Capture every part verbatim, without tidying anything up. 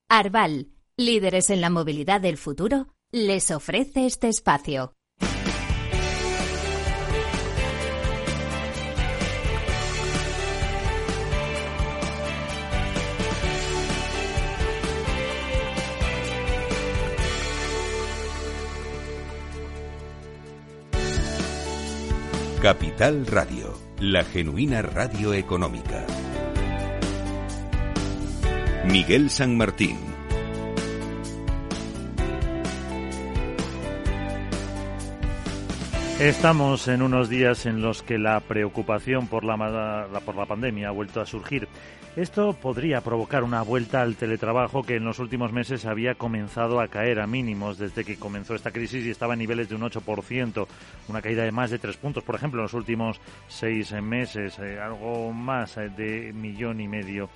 Arval, líderes en la movilidad del futuro, les ofrece este espacio. Capital Radio, la genuina radio económica. Miguel San Martín. Estamos en unos días en los que la preocupación por la, la, por la pandemia ha vuelto a surgir. Esto podría provocar una vuelta al teletrabajo que en los últimos meses había comenzado a caer a mínimos desde que comenzó esta crisis y estaba a niveles de un ocho por ciento, una caída de más de tres puntos, por ejemplo, en los últimos seis meses, eh, algo más eh, de millón y medio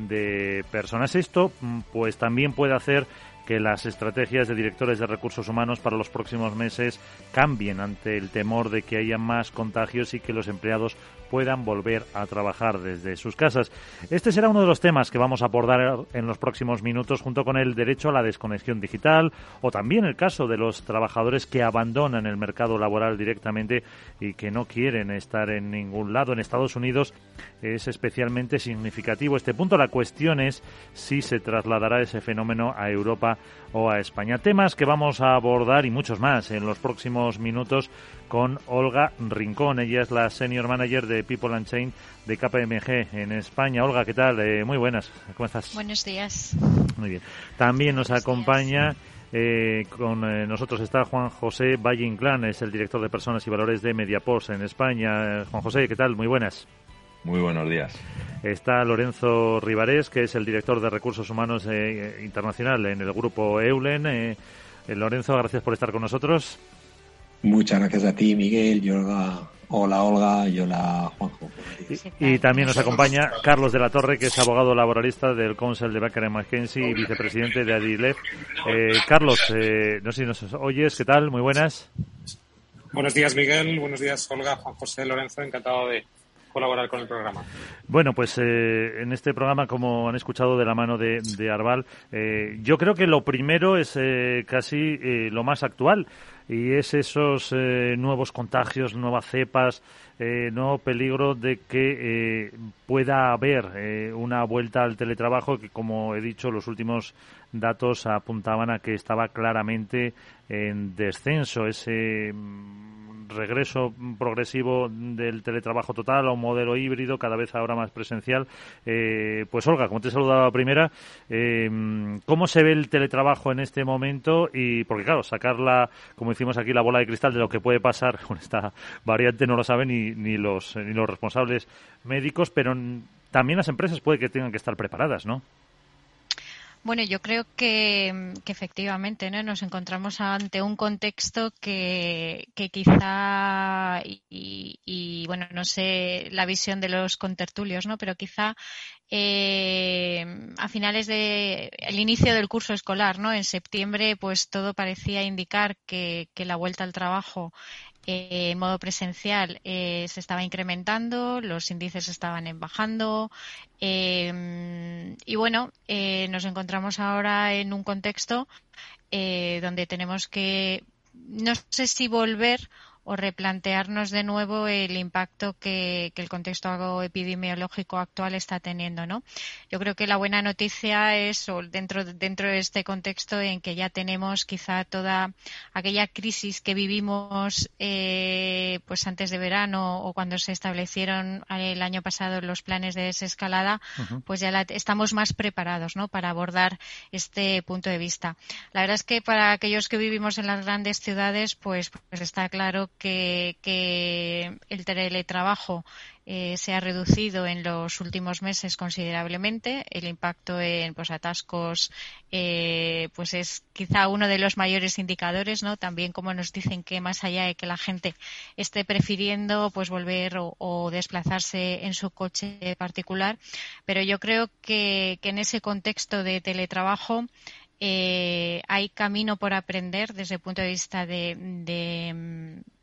de personas. Esto pues también puede hacer que las estrategias de directores de recursos humanos para los próximos meses cambien ante el temor de que haya más contagios y que los empleados puedan volver a trabajar desde sus casas. Este será uno de los temas que vamos a abordar en los próximos minutos, junto con el derecho a la desconexión digital o también el caso de los trabajadores que abandonan el mercado laboral directamente y que no quieren estar en ningún lado. En Estados Unidos es especialmente significativo este punto. La cuestión es si se trasladará ese fenómeno a Europa o a España. Temas que vamos a abordar y muchos más en los próximos minutos con Olga Rincón. Ella es la Senior Manager de People and Change de K P M G en España. Olga, ¿qué tal? Eh, muy buenas. ¿Cómo estás? Buenos días. Muy bien. También nos Buenos acompaña eh, con eh, nosotros está Juan José Valle Inclán, es el director de Personas y Valores de Mediapost en España. Eh, Juan José, ¿qué tal? Muy buenas. Muy buenos días. Está Lorenzo Rivarés, que es el director de Recursos Humanos eh, Internacional en el grupo Eulen. Eh, eh, Lorenzo, gracias por estar con nosotros. Muchas gracias a ti, Miguel, y Olga. Hola, Olga, y hola, Juanjo. Y, y también nos acompaña Carlos de la Torre, que es abogado laboralista del Council de Baker and McKenzie y vicepresidente de Adilef. Eh, Carlos, eh, no sé si nos oyes, ¿qué tal? Muy buenas. Buenos días, Miguel. Buenos días, Olga, Juan José, Lorenzo. Encantado de colaborar con el programa. Bueno, pues eh, en este programa, como han escuchado de la mano de, de Arval, eh, yo creo que lo primero es eh, casi eh, lo más actual, y es esos eh, nuevos contagios, nuevas cepas, eh, nuevo peligro de que eh, pueda haber eh, una vuelta al teletrabajo que, como he dicho, los últimos datos apuntaban a que estaba claramente en descenso, ese regreso progresivo del teletrabajo total a un modelo híbrido, cada vez ahora más presencial. Eh, pues Olga, como te saludaba la primera, eh, ¿cómo se ve el teletrabajo en este momento? Y porque claro, sacar la, como decimos aquí, la bola de cristal de lo que puede pasar con esta variante no lo saben ni, ni los ni los responsables médicos, pero también las empresas puede que tengan que estar preparadas, ¿no? Bueno, yo creo que, que efectivamente, ¿no? Nos encontramos ante un contexto que, que quizá, y, y bueno, no sé la visión de los contertulios, ¿no? Pero quizá eh, a finales de el inicio del curso escolar, ¿no? En septiembre, pues todo parecía indicar que, que la vuelta al trabajo en modo presencial eh, se estaba incrementando, los índices estaban bajando eh, y bueno, eh, nos encontramos ahora en un contexto eh, donde tenemos que, no sé si volver o replantearnos de nuevo el impacto que, que el contexto epidemiológico actual está teniendo, ¿no? Yo creo que la buena noticia es, o dentro, dentro de este contexto en que ya tenemos quizá toda aquella crisis que vivimos eh, pues antes de verano o cuando se establecieron el año pasado los planes de desescalada, uh-huh. pues ya la, estamos más preparados, ¿no? Para abordar este punto de vista. La verdad es que para aquellos que vivimos en las grandes ciudades, pues, pues está claro Que, que el teletrabajo eh, se ha reducido en los últimos meses considerablemente. El impacto en pues atascos eh, pues es quizá uno de los mayores indicadores, ¿no? También como nos dicen que más allá de que la gente esté prefiriendo pues volver o, o desplazarse en su coche particular, pero yo creo que, que en ese contexto de teletrabajo Eh, hay camino por aprender desde el punto de vista de, de,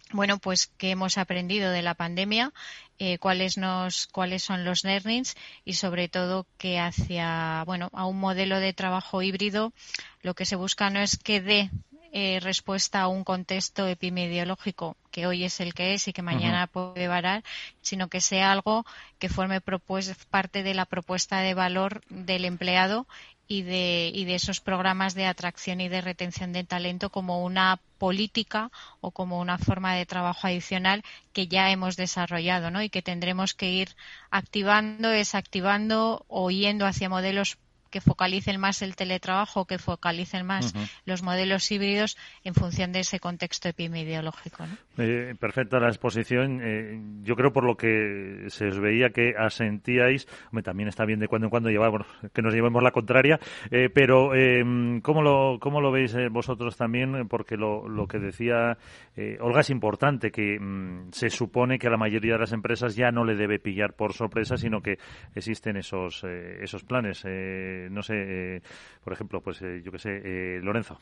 bueno, pues qué hemos aprendido de la pandemia, eh, cuáles nos, cuáles son los learnings y sobre todo que hacia, bueno, a un modelo de trabajo híbrido lo que se busca no es que dé eh, respuesta a un contexto epidemiológico que hoy es el que es y que mañana uh-huh. puede variar, sino que sea algo que forme propues- parte de la propuesta de valor del empleado y de, y de esos programas de atracción y de retención de talento como una política o como una forma de trabajo adicional que ya hemos desarrollado, ¿no? Y que tendremos que ir activando, desactivando o yendo hacia modelos que focalicen más el teletrabajo, que focalicen más uh-huh. los modelos híbridos en función de ese contexto epidemiológico, ¿no? Eh, perfecta la exposición. Eh, yo creo por lo que se os veía que asentíais, hombre, también está bien de cuando en cuando llevar, bueno, que nos llevemos la contraria, eh, pero eh, ¿cómo lo cómo lo veis eh, vosotros también? Porque lo, lo que decía eh, Olga es importante, que mm, se supone que a la mayoría de las empresas ya no le debe pillar por sorpresa, sino que existen esos eh, esos planes. Eh, no sé, eh, por ejemplo, pues eh, yo qué sé, eh, Lorenzo.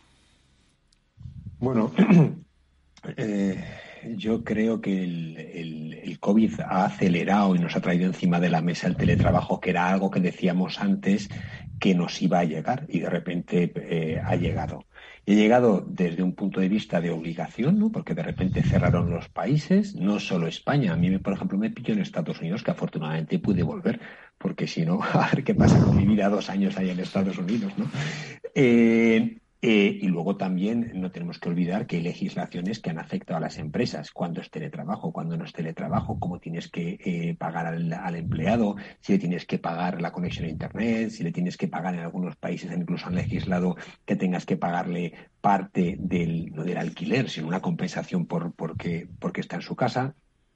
Bueno, eh, yo creo que el, el, el COVID ha acelerado y nos ha traído encima de la mesa el teletrabajo, que era algo que decíamos antes que nos iba a llegar y de repente eh, ha llegado. Y ha llegado desde un punto de vista de obligación, ¿no? Porque de repente cerraron los países, no solo España. A mí, por ejemplo, me pilló en Estados Unidos, que afortunadamente pude volver, porque si no, a ver qué pasa con mi vida dos años allá en Estados Unidos, ¿no? Eh, Eh, y luego también no tenemos que olvidar que hay legislaciones que han afectado a las empresas. Cuándo es teletrabajo, cuándo no es teletrabajo, cómo tienes que eh, pagar al, al empleado, si le tienes que pagar la conexión a Internet, si le tienes que pagar en algunos países, incluso han legislado que tengas que pagarle parte del, no del alquiler, sino una compensación por porque, porque está en su casa.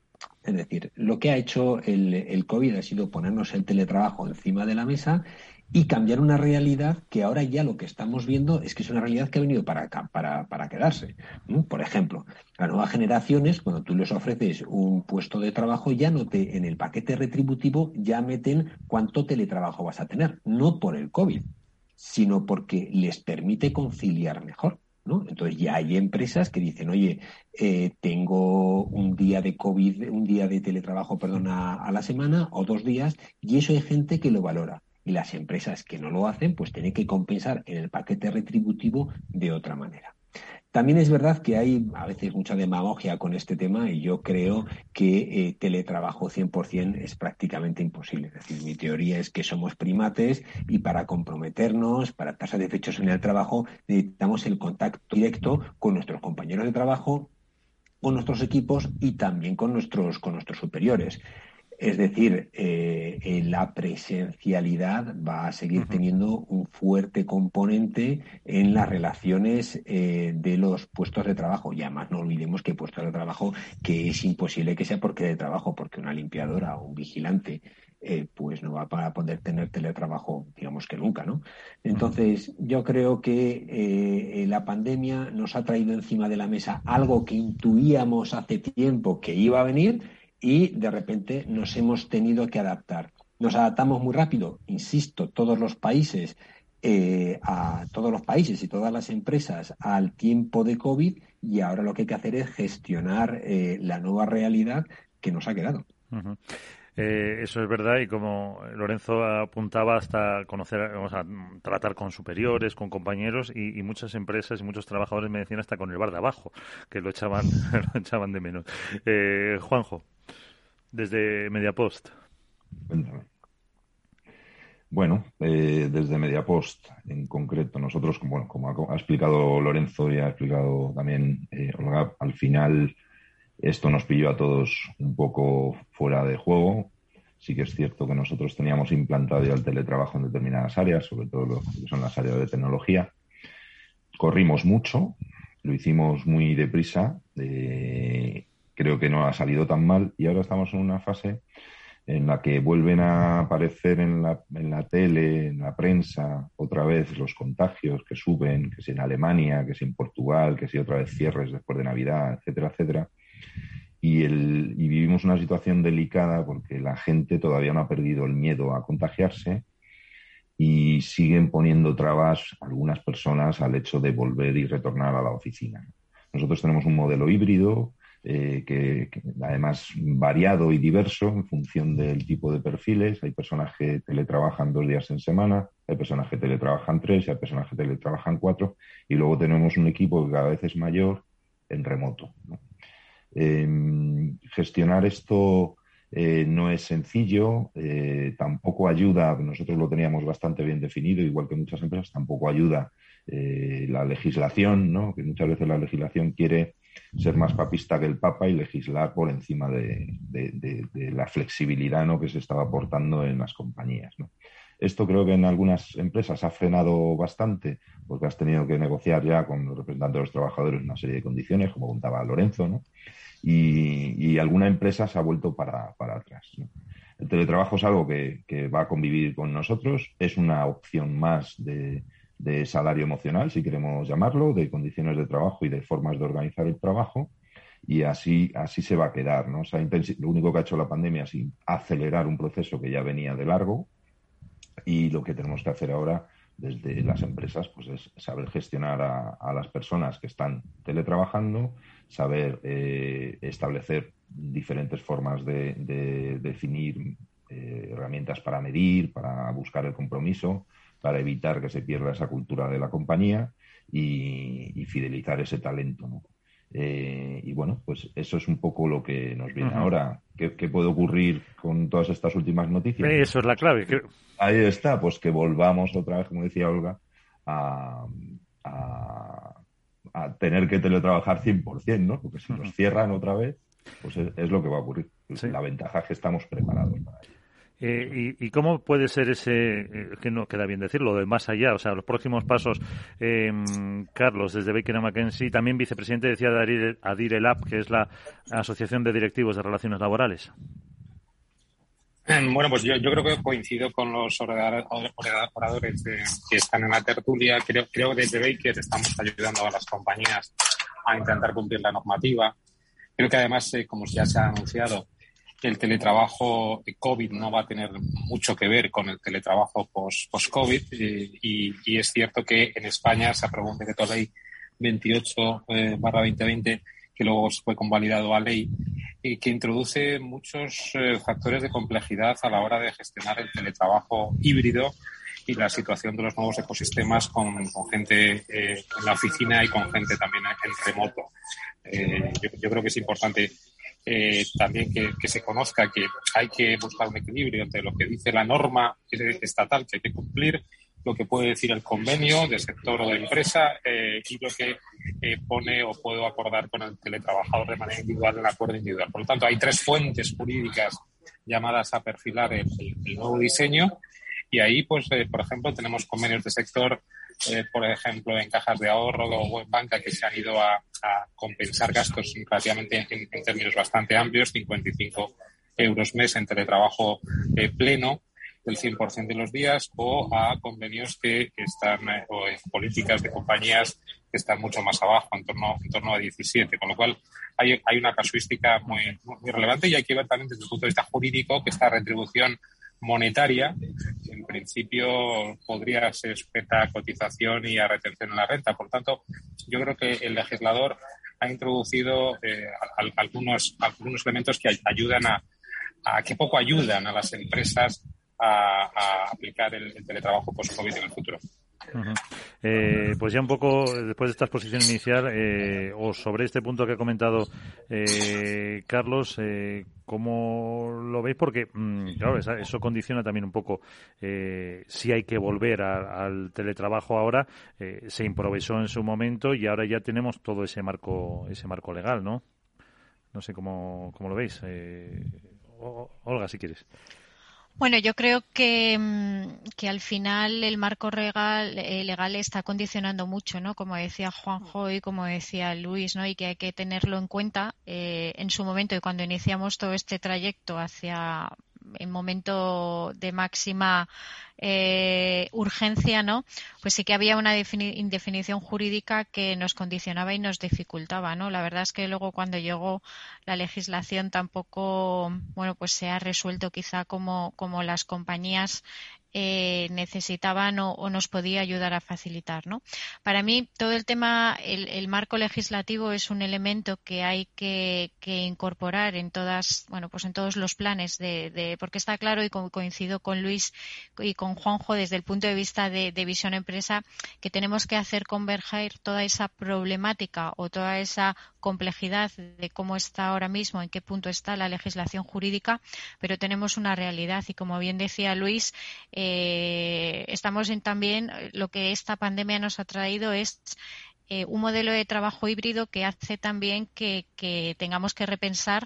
Es decir, lo que ha hecho el, el COVID ha sido ponernos el teletrabajo encima de la mesa y cambiar una realidad que ahora ya lo que estamos viendo es que es una realidad que ha venido para acá, para, para quedarse. ¿Mm? Por ejemplo, las nuevas generaciones, cuando tú les ofreces un puesto de trabajo, ya no te, en el paquete retributivo ya meten cuánto teletrabajo vas a tener, no por el COVID, sino porque les permite conciliar mejor, ¿no? Entonces ya hay empresas que dicen, oye, eh, tengo un día de COVID, un día de teletrabajo, perdón, a, a la semana o dos días, y eso hay gente que lo valora. Y las empresas que no lo hacen, pues tienen que compensar en el paquete retributivo de otra manera. También es verdad que hay a veces mucha demagogia con este tema y yo creo que eh, teletrabajo cien por ciento es prácticamente imposible. Es decir, mi teoría es que somos primates y para comprometernos, para estar satisfechos en el trabajo, necesitamos el contacto directo con nuestros compañeros de trabajo, con nuestros equipos y también con nuestros, con nuestros superiores. Es decir, eh, eh, la presencialidad va a seguir teniendo un fuerte componente en las relaciones eh, de los puestos de trabajo. Y además no olvidemos que puestos de trabajo que es imposible que sea porque de trabajo, porque una limpiadora o un vigilante eh, pues no va a poder tener teletrabajo, digamos que nunca, ¿no? Entonces, yo creo que eh, la pandemia nos ha traído encima de la mesa algo que intuíamos hace tiempo que iba a venir y de repente nos hemos tenido que adaptar. Nos adaptamos muy rápido, insisto, todos los países, eh, a todos los países y todas las empresas al tiempo de COVID y ahora lo que hay que hacer es gestionar eh, la nueva realidad que nos ha quedado. Uh-huh. Eh, eso es verdad y como Lorenzo apuntaba hasta conocer, vamos a tratar con superiores, con compañeros y, y muchas empresas y muchos trabajadores me decían hasta con el bar de abajo, que lo echaban, lo echaban de menos. Eh, Juanjo, desde Mediapost. Cuéntame. Bueno, eh, desde Mediapost en concreto, nosotros, bueno, como ha, ha explicado Lorenzo y ha explicado también eh, Olga, al final esto nos pilló a todos un poco fuera de juego. Sí que es cierto que nosotros teníamos implantado ya el teletrabajo en determinadas áreas, sobre todo lo que son las áreas de tecnología. Corrimos mucho, lo hicimos muy deprisa, eh, creo que no ha salido tan mal y ahora estamos en una fase en la que vuelven a aparecer en la, en la tele, en la prensa, otra vez los contagios que suben, que si en Alemania, que si en Portugal, que si otra vez cierres después de Navidad, etcétera, etcétera. Y, el, y vivimos una situación delicada porque la gente todavía no ha perdido el miedo a contagiarse y siguen poniendo trabas algunas personas al hecho de volver y retornar a la oficina. Nosotros tenemos un modelo híbrido eh, que, que además variado y diverso en función del tipo de perfiles. Hay personas que teletrabajan dos días en semana, hay personas que teletrabajan tres, hay personas que teletrabajan cuatro, y luego tenemos un equipo que cada vez es mayor en remoto, ¿no? Eh, gestionar esto eh, no es sencillo, eh, tampoco ayuda, nosotros lo teníamos bastante bien definido, igual que muchas empresas, tampoco ayuda eh, la legislación, ¿no? Que muchas veces la legislación quiere ser más papista que el Papa y legislar por encima de, de, de, de la flexibilidad, ¿no?, que se estaba aportando en las compañías, ¿no? Esto creo que en algunas empresas ha frenado bastante, porque has tenido que negociar ya con los representantes de los trabajadores una serie de condiciones, como contaba Lorenzo, ¿no? Y, y alguna empresa se ha vuelto para, para atrás, ¿no? El teletrabajo es algo que, que va a convivir con nosotros, es una opción más de, de salario emocional, si queremos llamarlo, de condiciones de trabajo y de formas de organizar el trabajo, y así, así se va a quedar, ¿no? O sea, lo único que ha hecho la pandemia es acelerar un proceso que ya venía de largo, y lo que tenemos que hacer ahora desde las empresas pues es saber gestionar a, a las personas que están teletrabajando, saber eh, establecer diferentes formas de, de definir eh, herramientas para medir, para buscar el compromiso, para evitar que se pierda esa cultura de la compañía y, y fidelizar ese talento, ¿no? Eh, y bueno, pues eso es un poco lo que nos viene. Uh-huh. Ahora. ¿Qué, ¿Qué puede ocurrir con todas estas últimas noticias? Eso es la clave. Ahí está, pues que volvamos otra vez, como decía Olga, a, a, a tener que teletrabajar cien por ciento, ¿no? Porque si nos cierran otra vez, pues es, es lo que va a ocurrir. Sí. La ventaja es que estamos preparados para ello. Eh, y, ¿Y cómo puede ser ese, eh, que no queda bien decirlo, de más allá, o sea, los próximos pasos? Eh, Carlos, desde Baker McKenzie, también vicepresidente, decía de Adir El Ab, que es la Asociación de Directivos de Relaciones Laborales. Bueno, pues yo, yo creo que coincido con los oradores de, que están en la tertulia. Creo, creo que desde Baker estamos ayudando a las compañías a intentar cumplir la normativa. Creo que además, eh, como ya se ha anunciado, el teletrabajo COVID no va a tener mucho que ver con el teletrabajo post, post-COVID eh, y, y es cierto que en España se aprobó un decreto ley veintiocho barra veinte veinte que luego fue convalidado a ley y que introduce muchos eh, factores de complejidad a la hora de gestionar el teletrabajo híbrido y la situación de los nuevos ecosistemas con, con gente eh, en la oficina y con gente también en remoto. Eh, yo, yo creo que es importante Eh, también que, que se conozca que hay que buscar un equilibrio entre lo que dice la norma estatal que hay que cumplir, lo que puede decir el convenio de sector o de empresa eh, y lo que eh, pone o puedo acordar con el teletrabajador de manera individual en el acuerdo individual. Por lo tanto, hay tres fuentes jurídicas llamadas a perfilar el, el, el nuevo diseño y ahí, pues, eh, por ejemplo, tenemos convenios de sector, Eh, por ejemplo, en cajas de ahorro o en banca que se han ido a, a compensar gastos relativamente en, en términos bastante amplios, cincuenta y cinco euros mes en teletrabajo eh, pleno del cien por ciento de los días, o a convenios que, que están, eh, o en políticas de compañías que están mucho más abajo, en torno, en torno a diecisiete, con lo cual hay, hay una casuística muy, muy relevante y hay que ver también desde el punto de vista jurídico que esta retribución monetaria, en principio podría ser sujeta a cotización y a retención en la renta. Por tanto, yo creo que el legislador ha introducido eh, al, algunos, algunos elementos que ayudan a, a que poco ayudan a las empresas a, a aplicar el, el teletrabajo post-COVID en el futuro. Uh-huh. Eh, pues ya un poco después de esta exposición inicial eh, o sobre este punto que ha comentado eh, Carlos, eh, ¿cómo lo veis? Porque mmm, claro, eso, eso condiciona también un poco eh, si hay que volver a, al teletrabajo ahora. Eh, se improvisó en su momento y ahora ya tenemos todo ese marco ese marco legal, ¿no? No sé cómo, cómo lo veis. Eh, Olga, si quieres. Bueno, yo creo que, que al final el marco legal, eh, legal está condicionando mucho, ¿no? Como decía Juanjo y como decía Luis, ¿no? Y que hay que tenerlo en cuenta eh, en su momento y cuando iniciamos todo este trayecto hacia el momento de máxima eh, urgencia, ¿no? Pues sí que había una defini- indefinición jurídica que nos condicionaba y nos dificultaba, ¿no? La verdad es que luego cuando llegó la legislación tampoco, bueno, pues se ha resuelto quizá como, como las compañías eh, necesitaban o, o nos podía ayudar a facilitar, ¿no? Para mí, todo el tema, el, el marco legislativo es un elemento que hay que, que incorporar en todas, bueno, pues en todos los planes de, de porque está claro, y coincido con Luis y con Juanjo desde el punto de vista de, de visión empresa, que tenemos que hacer converger toda esa problemática o toda esa complejidad de cómo está ahora mismo, en qué punto está la legislación jurídica, pero tenemos una realidad y, como bien decía Luis, eh, estamos en también lo que esta pandemia nos ha traído es eh, un modelo de trabajo híbrido que hace también que, que tengamos que repensar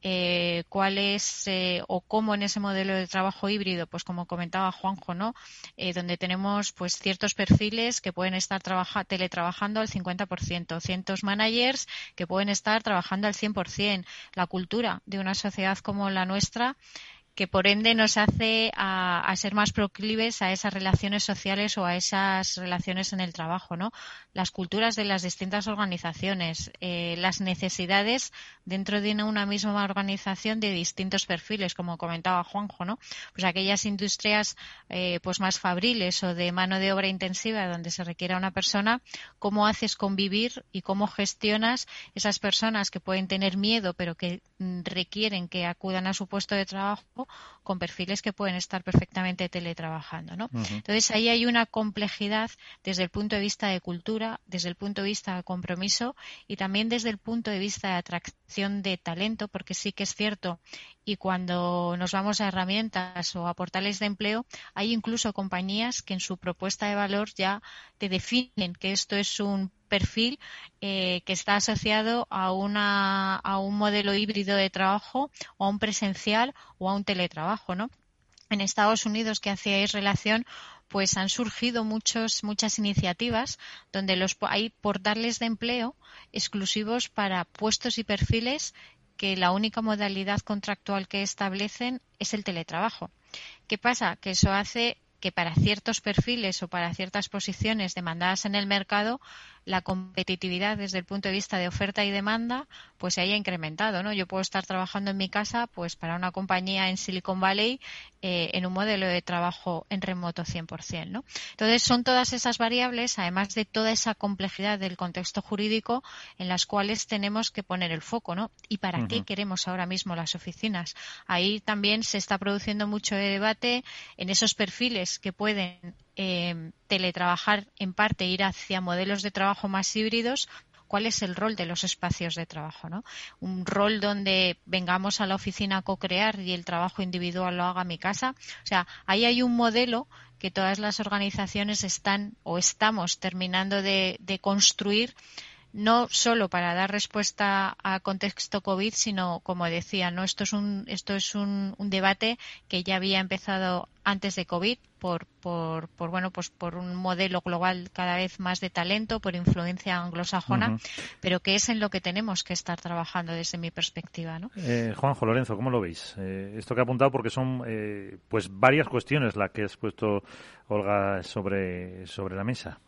Eh, cuál es eh, o cómo en ese modelo de trabajo híbrido, pues como comentaba Juanjo, ¿no? Eh, donde tenemos pues ciertos perfiles que pueden estar trabaja, teletrabajando al cincuenta por ciento, ciertos managers que pueden estar trabajando al cien por ciento. La cultura de una sociedad como la nuestra, que por ende nos hace a, a ser más proclives a esas relaciones sociales o a esas relaciones en el trabajo, ¿no? Las culturas de las distintas organizaciones, eh, las necesidades dentro de una misma organización de distintos perfiles, como comentaba Juanjo, ¿no? Pues aquellas industrias eh, pues más fabriles o de mano de obra intensiva donde se requiera una persona, ¿cómo haces convivir y cómo gestionas esas personas que pueden tener miedo pero que mm, requieren que acudan a su puesto de trabajo con perfiles que pueden estar perfectamente teletrabajando, ¿no? Uh-huh. Entonces ahí hay una complejidad desde el punto de vista de cultura, desde el punto de vista de compromiso y también desde el punto de vista de atracción de talento, porque sí que es cierto, y cuando nos vamos a herramientas o a portales de empleo, hay incluso compañías que en su propuesta de valor ya te definen que esto es un perfil eh, que está asociado a una a un modelo híbrido de trabajo o a un presencial o a un teletrabajo, ¿no? En Estados Unidos, que hacíais relación, pues han surgido muchos muchas iniciativas donde los hay portales de empleo exclusivos para puestos y perfiles que la única modalidad contractual que establecen es el teletrabajo. ¿Qué pasa? Que eso hace que para ciertos perfiles o para ciertas posiciones demandadas en el mercado, la competitividad desde el punto de vista de oferta y demanda pues se haya incrementado, ¿no? Yo puedo estar trabajando en mi casa pues para una compañía en Silicon Valley eh, en un modelo de trabajo en remoto cien por ciento, ¿no? Entonces son todas esas variables, además de toda esa complejidad del contexto jurídico en las cuales tenemos que poner el foco, ¿no? ¿Y para uh-huh. qué queremos ahora mismo las oficinas? Ahí también se está produciendo mucho debate en esos perfiles que pueden eh, teletrabajar en parte, ir hacia modelos de trabajo más híbridos. ¿Cuál es el rol de los espacios de trabajo, ¿no? Un rol donde vengamos a la oficina a co-crear y el trabajo individual lo haga a mi casa. O sea, ahí hay un modelo que todas las organizaciones están o estamos terminando de, de construir, no solo para dar respuesta a contexto COVID, sino, como decía, no esto es un esto es un, un debate que ya había empezado antes de COVID por por por bueno pues por un modelo global cada vez más de talento, por influencia anglosajona, uh-huh. pero que es en lo que tenemos que estar trabajando desde mi perspectiva, ¿no? Eh, Juanjo, Lorenzo, ¿cómo lo veis? Eh, esto que ha apuntado, porque son eh, pues varias cuestiones las que has puesto, Olga, sobre sobre la mesa.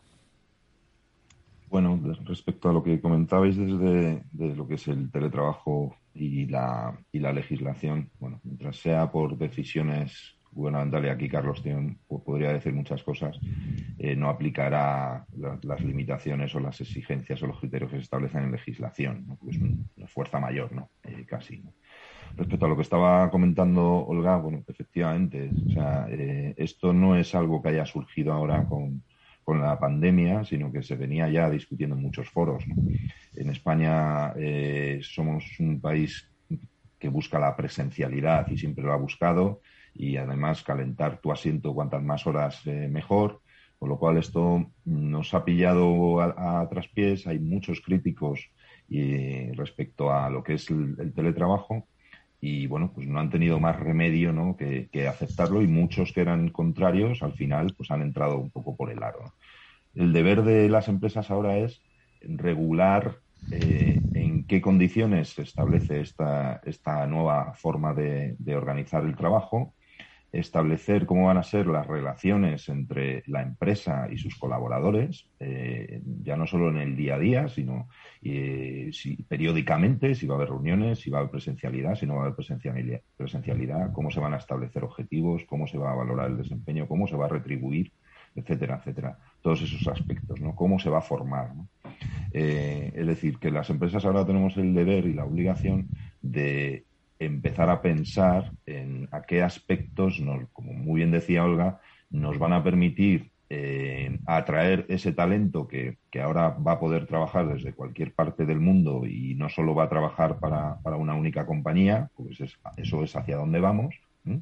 Bueno, respecto a lo que comentabais desde de lo que es el teletrabajo y la y la legislación, bueno, mientras sea por decisiones gubernamentales, aquí Carlos tiene, podría decir muchas cosas, eh, no aplicará la, las limitaciones o las exigencias o los criterios que se establecen en legislación, ¿no? Porque es un, una fuerza mayor, ¿no? Eh, casi, ¿no? Respecto a lo que estaba comentando Olga, bueno, efectivamente, o sea, eh, esto no es algo que haya surgido ahora con con la pandemia, sino que se venía ya discutiendo en muchos foros, ¿no? En España eh, somos un país que busca la presencialidad y siempre lo ha buscado, y además calentar tu asiento cuantas más horas eh, mejor, con lo cual esto nos ha pillado a, a traspiés. Hay muchos críticos eh, respecto a lo que es el, el teletrabajo, y bueno, pues no han tenido más remedio, ¿no? que, que aceptarlo, y muchos que eran contrarios al final pues han entrado un poco por el aro, ¿no? El deber de las empresas ahora es regular eh, en qué condiciones se establece esta, esta nueva forma de, de organizar el trabajo, establecer cómo van a ser las relaciones entre la empresa y sus colaboradores, eh, ya no solo en el día a día, sino eh, si, periódicamente, si va a haber reuniones, si va a haber presencialidad, si no va a haber presencialidad, presencialidad, cómo se van a establecer objetivos, cómo se va a valorar el desempeño, cómo se va a retribuir, etcétera, etcétera. Todos esos aspectos, ¿no? Cómo se va a formar, ¿no? Eh, es decir, que las empresas ahora tenemos el deber y la obligación de empezar a pensar en a qué aspectos, nos, como muy bien decía Olga, nos van a permitir eh, atraer ese talento que, que ahora va a poder trabajar desde cualquier parte del mundo y no solo va a trabajar para, para una única compañía, pues es, eso es hacia dónde vamos, ¿eh?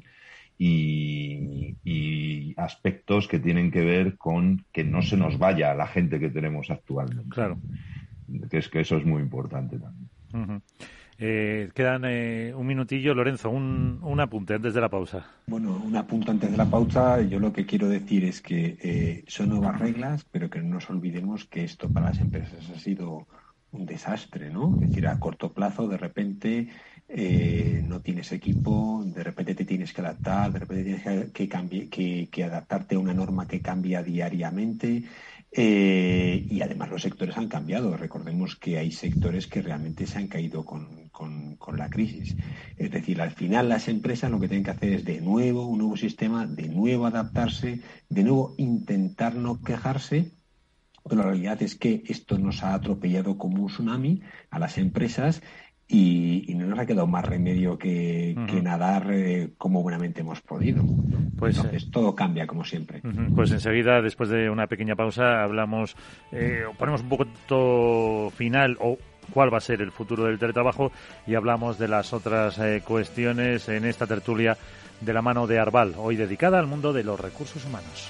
Y, y aspectos que tienen que ver con que no se nos vaya la gente que tenemos actualmente. Claro. Que es que eso es muy importante también. Uh-huh. Eh, quedan eh, un minutillo. Lorenzo, un, un apunte antes de la pausa. Bueno, un apunte antes de la pausa. Yo lo que quiero decir es que eh, son nuevas reglas, pero que no nos olvidemos que esto para las empresas ha sido un desastre, ¿no? Es decir, a corto plazo, de repente eh, no tienes equipo, de repente te tienes que adaptar, de repente tienes que, que, cambie, que, que adaptarte a una norma que cambia diariamente. Eh, y además los sectores han cambiado. Recordemos que hay sectores que realmente se han caído con, con, con la crisis. Es decir, al final las empresas lo que tienen que hacer es de nuevo un nuevo sistema, de nuevo adaptarse, de nuevo intentar no quejarse. Pero la realidad es que esto nos ha atropellado como un tsunami a las empresas y, y no nos ha quedado más remedio que, uh-huh. que nadar eh, como buenamente hemos podido. Pues, Entonces, eh, todo cambia como siempre. Uh-huh. Pues enseguida, después de una pequeña pausa, hablamos, eh, ponemos un poco final o cuál va a ser el futuro del teletrabajo y hablamos de las otras eh, cuestiones en esta tertulia de la mano de Arval, hoy dedicada al mundo de los recursos humanos.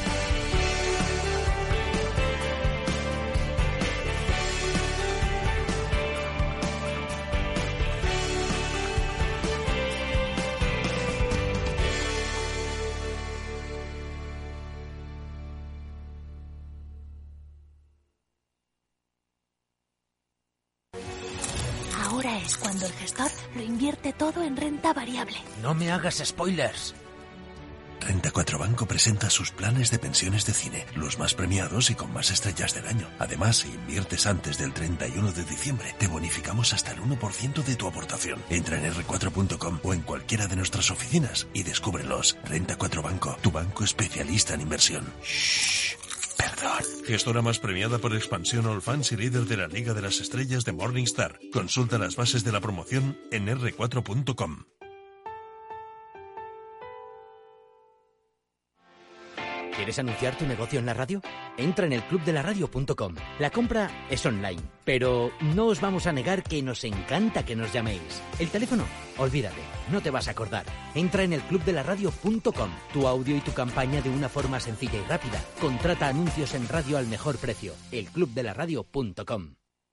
Cuando el gestor lo invierte todo en renta variable. No me hagas spoilers. Renta cuatro Banco presenta sus planes de pensiones de cine, los más premiados y con más estrellas del año. Además, si inviertes antes del treinta y uno de diciembre, te bonificamos hasta el uno por ciento de tu aportación. Entra en erre cuatro punto com o en cualquiera de nuestras oficinas y descúbrelos. Renta cuatro Banco, tu banco especialista en inversión. Shh. Perdón. Gestora más premiada por expansión All Fans y líder de la Liga de las Estrellas de Morningstar. Consulta las bases de la promoción en erre cuatro punto com. ¿Quieres anunciar tu negocio en la radio? Entra en el club de la radio punto com. La compra es online, pero no os vamos a negar que nos encanta que nos llaméis. El teléfono, olvídate, no te vas a acordar. Entra en el club de la radio punto com. Tu audio y tu campaña de una forma sencilla y rápida. Contrata anuncios en radio al mejor precio. el club de la radio punto com.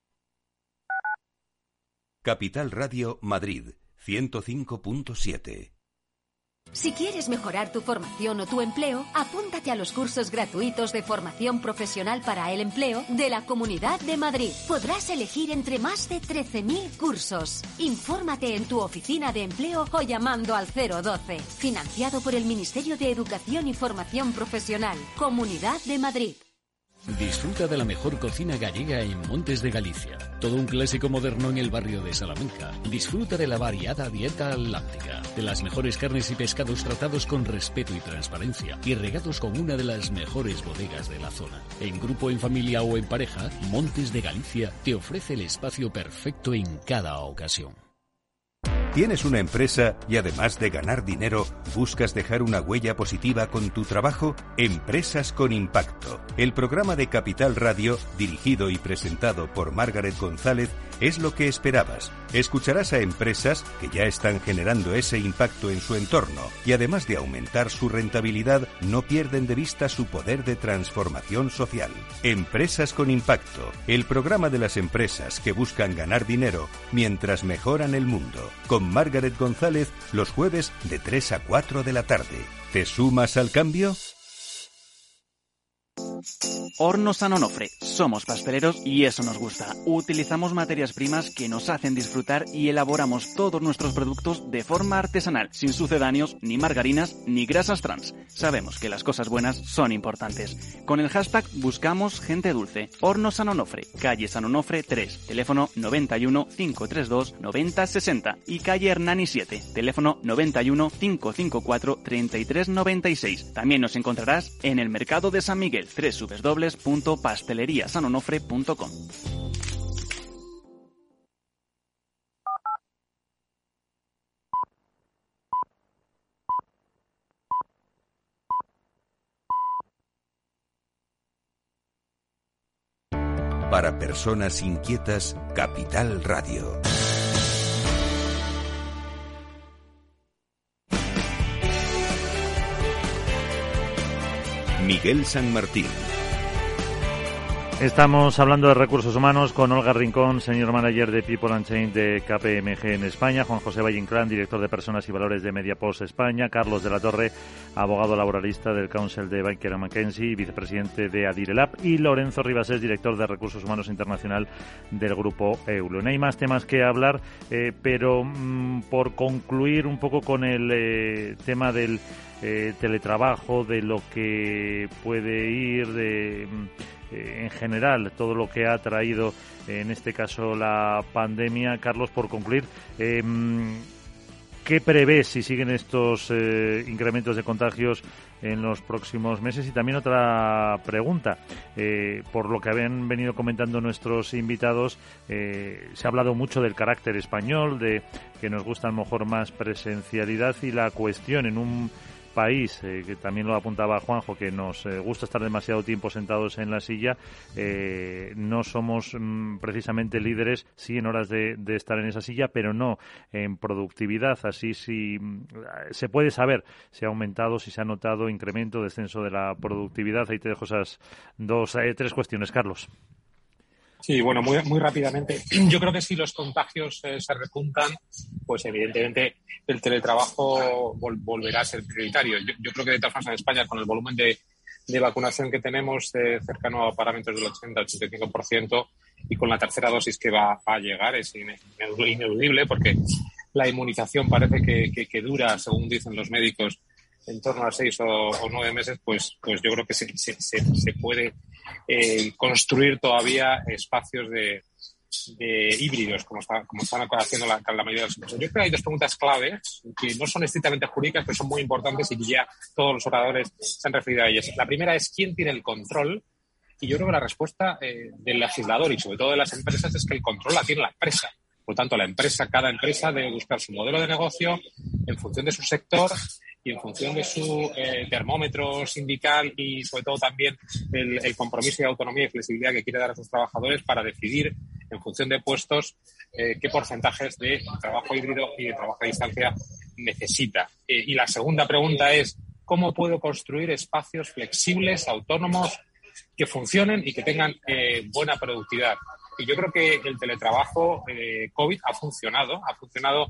Capital Radio Madrid, ciento cinco punto siete. Si quieres mejorar tu formación o tu empleo, apúntate a los cursos gratuitos de formación profesional para el empleo de la Comunidad de Madrid. Podrás elegir entre más de trece mil cursos. Infórmate en tu oficina de empleo o llamando al cero doce. Financiado por el Ministerio de Educación y Formación Profesional. Comunidad de Madrid. Disfruta de la mejor cocina gallega en Montes de Galicia. Todo un clásico moderno en el barrio de Salamanca. Disfruta de la variada dieta atlántica, de las mejores carnes y pescados tratados con respeto y transparencia y regados con una de las mejores bodegas de la zona. En grupo, en familia o en pareja, Montes de Galicia te ofrece el espacio perfecto en cada ocasión. ¿Tienes una empresa y además de ganar dinero, buscas dejar una huella positiva con tu trabajo? Empresas con Impacto. El programa de Capital Radio, dirigido y presentado por Margaret González, es lo que esperabas. Escucharás a empresas que ya están generando ese impacto en su entorno y además de aumentar su rentabilidad, no pierden de vista su poder de transformación social. Empresas con Impacto, el programa de las empresas que buscan ganar dinero mientras mejoran el mundo. Con Margaret González, los jueves de tres a cuatro de la tarde. ¿Te sumas al cambio? Hornos San Onofre. Somos pasteleros y eso nos gusta. Utilizamos materias primas que nos hacen disfrutar y elaboramos todos nuestros productos de forma artesanal, sin sucedáneos, ni margarinas, ni grasas trans. Sabemos que las cosas buenas son importantes. Con el hashtag buscamos gente dulce. Hornos San Onofre, calle San Onofre tres, teléfono noventa y uno, cinco treinta y dos, noventa sesenta y calle Hernani siete, teléfono noventa y uno, cinco cincuenta y cuatro, treinta y tres noventa y seis. También nos encontrarás en el mercado de San Miguel, doble u doble u doble u punto pastelería san onofre punto com. Para personas inquietas, Capital Radio. Miguel San Martín. Estamos hablando de recursos humanos con Olga Rincón, Senior Manager de People and Change de K P M G en España, Juan José Valle Inclán, Director de Personas y Valores de Mediapost España, Carlos de la Torre, abogado laboralista del Council de Baker McKenzie y vicepresidente de Adirelab, y Lorenzo Ribasés, Director de Recursos Humanos Internacional del Grupo Eulo. No hay más temas que hablar, eh, pero mmm, por concluir un poco con el eh, tema del eh, teletrabajo, de lo que puede ir, de... en general, todo lo que ha traído, en este caso, la pandemia. Carlos, por concluir, eh, ¿qué prevés si siguen estos eh, incrementos de contagios en los próximos meses? Y también otra pregunta, eh, por lo que habían venido comentando nuestros invitados, eh, se ha hablado mucho del carácter español, de que nos gusta a lo mejor más presencialidad, y la cuestión en un país, eh, que también lo apuntaba Juanjo, que nos eh, gusta estar demasiado tiempo sentados en la silla, eh, no somos mm, precisamente líderes, sí en horas de, de estar en esa silla, pero no en productividad. Así sí mm, se puede saber si ha aumentado, si se ha notado incremento, descenso de la productividad. Ahí te dejo esas dos, eh, tres cuestiones, Carlos. Sí, bueno, muy, muy rápidamente. Yo creo que si los contagios eh, se repuntan, pues evidentemente el teletrabajo vol- volverá a ser prioritario. Yo, yo creo que de todas formas en España, con el volumen de, de vacunación que tenemos, eh, cercano a parámetros del ochenta a ochenta y cinco por ciento, y con la tercera dosis que va, va a llegar, es ineludible, porque la inmunización parece que, que, que dura, según dicen los médicos, en torno a seis o, o nueve meses, pues, pues yo creo que se, se, se, se puede eh, construir todavía espacios de, de híbridos, como, está, como están haciendo la, la mayoría de las empresas. Yo creo que hay dos preguntas claves que no son estrictamente jurídicas, pero son muy importantes y que ya todos los oradores se han referido a ellas. La primera es quién tiene el control, y yo creo que la respuesta eh, del legislador y sobre todo de las empresas es que el control la tiene la empresa. Por lo tanto, la empresa, cada empresa debe buscar su modelo de negocio en función de su sector y en función de su eh, termómetro sindical y sobre todo también el, el compromiso de autonomía y flexibilidad que quiere dar a sus trabajadores para decidir en función de puestos eh, qué porcentajes de trabajo híbrido y de trabajo a distancia necesita. Eh, y la segunda pregunta es ¿cómo puedo construir espacios flexibles, autónomos, que funcionen y que tengan eh, buena productividad? Y yo creo que el teletrabajo eh, COVID ha funcionado, ha funcionado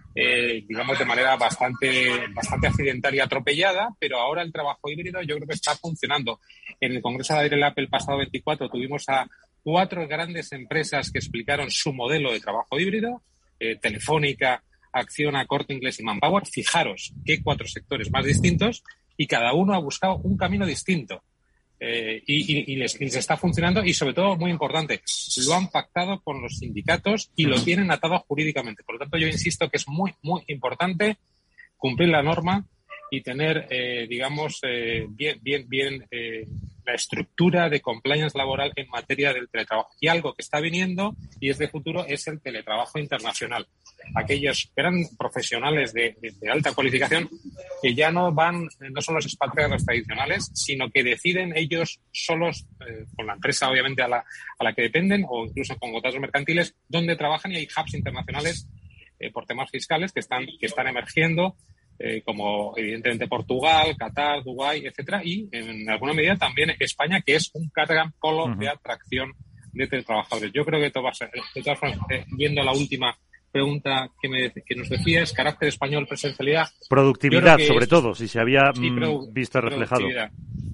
Eh, digamos de manera bastante bastante accidental y atropellada, pero ahora el trabajo híbrido yo creo que está funcionando. En el Congreso de Adirelab el pasado veinticuatro tuvimos a cuatro grandes empresas que explicaron su modelo de trabajo híbrido, eh, Telefónica, Acciona, Corte Inglés y Manpower. Fijaros qué cuatro sectores más distintos y cada uno ha buscado un camino distinto. Eh, y, y, y, les, y les está funcionando y, sobre todo, muy importante, lo han pactado con los sindicatos y lo tienen atado jurídicamente. Por lo tanto, yo insisto que es muy, muy importante cumplir la norma y tener, eh, digamos, eh, bien, bien, bien eh, la estructura de compliance laboral en materia del teletrabajo. Y algo que está viniendo y es de futuro es el teletrabajo internacional. Aquellos que eran profesionales de, de, de alta cualificación que ya no van, no son los expatriados tradicionales, sino que deciden ellos solos, eh, con la empresa obviamente a la, a la que dependen o incluso con contratos mercantiles, dónde trabajan, y hay hubs internacionales eh, por temas fiscales que están, que están emergiendo. Eh, como evidentemente Portugal, Qatar, Dubái, etcétera, y en alguna medida también España, que es un gran polo uh-huh. de atracción de teletrabajadores. Yo creo que todo va a ser, de todas formas, eh, viendo la última pregunta que, me, que nos decías, carácter español, presencialidad. Productividad, sobre es, todo, si se había sí, mm, visto reflejado.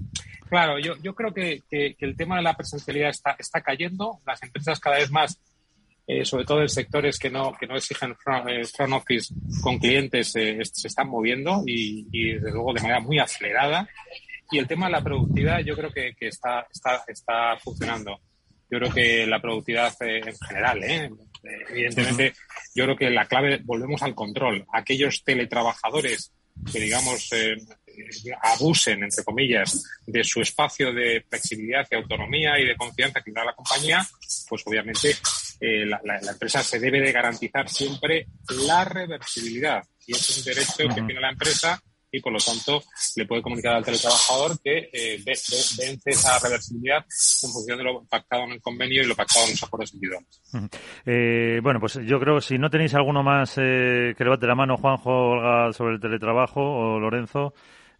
Claro, yo, yo creo que, que, que el tema de la presencialidad está, está cayendo. Las empresas cada vez más, eh, sobre todo en sectores que no, que no exigen front, eh, front office con clientes, eh, se están moviendo y, y, desde luego, de manera muy acelerada. Y el tema de la productividad yo creo que, que está, está, está funcionando. Yo creo que la productividad eh, en general, ¿eh? evidentemente, yo creo que la clave, volvemos al control. Aquellos teletrabajadores que, digamos, eh, abusen, entre comillas, de su espacio de flexibilidad y autonomía y de confianza que da la compañía, pues obviamente eh, la, la, la empresa se debe de garantizar siempre la reversibilidad. Y ese es un derecho uh-huh. que tiene la empresa y, por lo tanto, le puede comunicar al teletrabajador que eh, ve, ve, vence esa reversibilidad en función de lo pactado en el convenio y lo pactado en los acuerdos individuales. Uh-huh. Eh, bueno, pues yo creo que si no tenéis alguno más eh, que levante la mano, Juanjo, Olga, sobre el teletrabajo, o Lorenzo.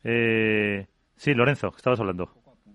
Eh, sí, Lorenzo, estabas hablando.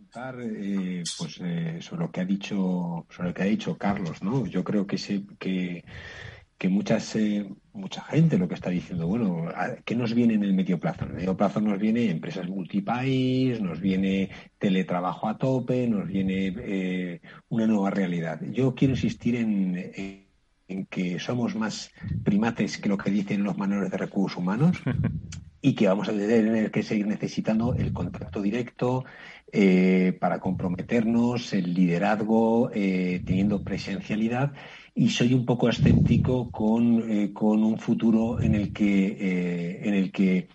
Eh, pues eh, sobre lo que ha dicho sobre lo que ha dicho Carlos, ¿no? Yo creo que se, que que muchas eh, mucha gente lo que está diciendo, bueno, ¿qué nos viene en el medio plazo? En el medio plazo nos viene empresas multipaís, nos viene teletrabajo a tope, nos viene eh, una nueva realidad. Yo quiero insistir en, en, en que somos más primates que lo que dicen los manuales de recursos humanos y que vamos a tener que seguir necesitando el contacto directo eh, para comprometernos, el liderazgo, eh, teniendo presencialidad. Y soy un poco escéptico con, eh, con un futuro en el que, eh, en el que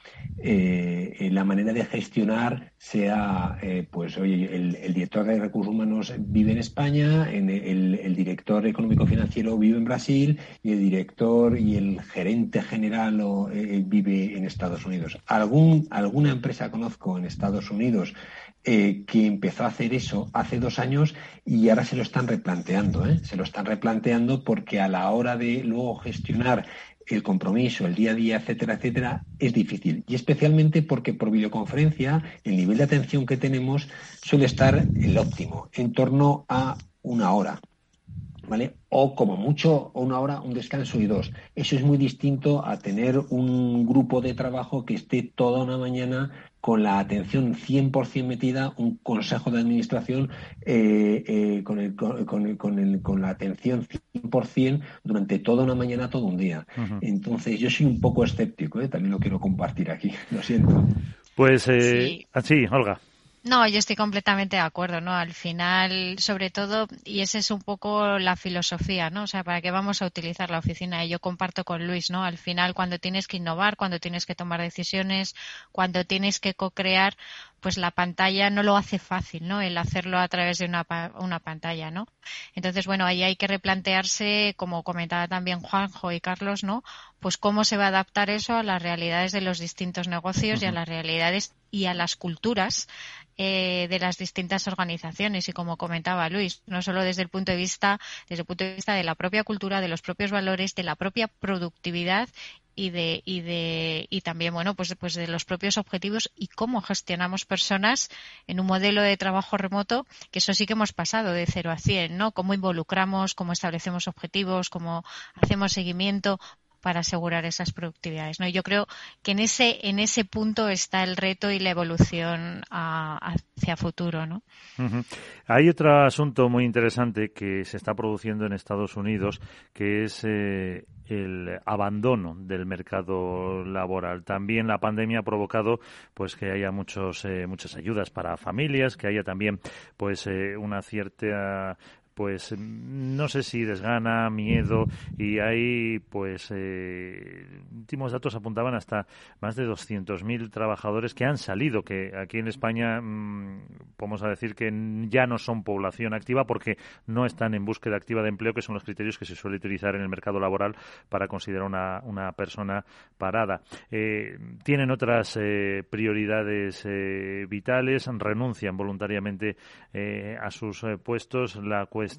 eh, la manera de gestionar sea, eh, pues, oye, el, el director de recursos humanos vive en España, en el, el director económico-financiero vive en Brasil y el director y el gerente general o, eh, vive en Estados Unidos. Algún, alguna empresa conozco en Estados Unidos Eh, que empezó a hacer eso hace dos años y ahora se lo están replanteando, ¿eh? Se lo están replanteando porque a la hora de luego gestionar el compromiso, el día a día, etcétera, etcétera, es difícil. Y especialmente porque por videoconferencia el nivel de atención que tenemos suele estar el óptimo, en torno a una hora, ¿vale? O como mucho una hora, un descanso y dos. Eso es muy distinto a tener un grupo de trabajo que esté toda una mañana con la atención cien por ciento metida, un consejo de administración eh, eh, con, el, con, el, con, el, con la atención cien por ciento durante toda una mañana, todo un día. Uh-huh. Entonces yo soy un poco escéptico, ¿eh? También lo quiero compartir aquí, lo siento. Pues eh, sí. Ah, sí, Olga. No, yo estoy completamente de acuerdo, ¿no? Al final, sobre todo, y esa es un poco la filosofía, ¿no? O sea, ¿para qué vamos a utilizar la oficina? Y yo comparto con Luis, ¿no? Al final, cuando tienes que innovar, cuando tienes que tomar decisiones, cuando tienes que co-crear, pues la pantalla no lo hace fácil, ¿no? El hacerlo a través de una, una pantalla, ¿no? Entonces, bueno, ahí hay que replantearse, como comentaba también Juanjo y Carlos, ¿no? Pues cómo se va a adaptar eso a las realidades de los distintos negocios uh-huh. y a las realidades y a las culturas eh, de las distintas organizaciones. Y como comentaba Luis, no solo desde el punto de vista, desde el punto de vista de la propia cultura, de los propios valores, de la propia productividad y de y de y también bueno pues pues de los propios objetivos y cómo gestionamos personas en un modelo de trabajo remoto, que eso sí que hemos pasado de cero a cien, ¿no? Cómo involucramos, cómo establecemos objetivos, cómo hacemos seguimiento para asegurar esas productividades, ¿no? Y yo creo que en ese en ese punto está el reto y la evolución a, hacia futuro, ¿no? Uh-huh. Hay otro asunto muy interesante que se está produciendo en Estados Unidos, que es eh, el abandono del mercado laboral. También la pandemia ha provocado pues que haya muchos eh, muchas ayudas para familias, que haya también pues eh, una cierta pues no sé si desgana, miedo, y hay pues eh, últimos datos apuntaban hasta más de doscientos mil trabajadores que han salido, que aquí en España mmm, podemos decir que ya no son población activa porque no están en búsqueda activa de empleo, que son los criterios que se suele utilizar en el mercado laboral para considerar una, una persona parada. Eh, tienen otras eh, prioridades eh, vitales, renuncian voluntariamente eh, a sus eh, puestos. La cuestión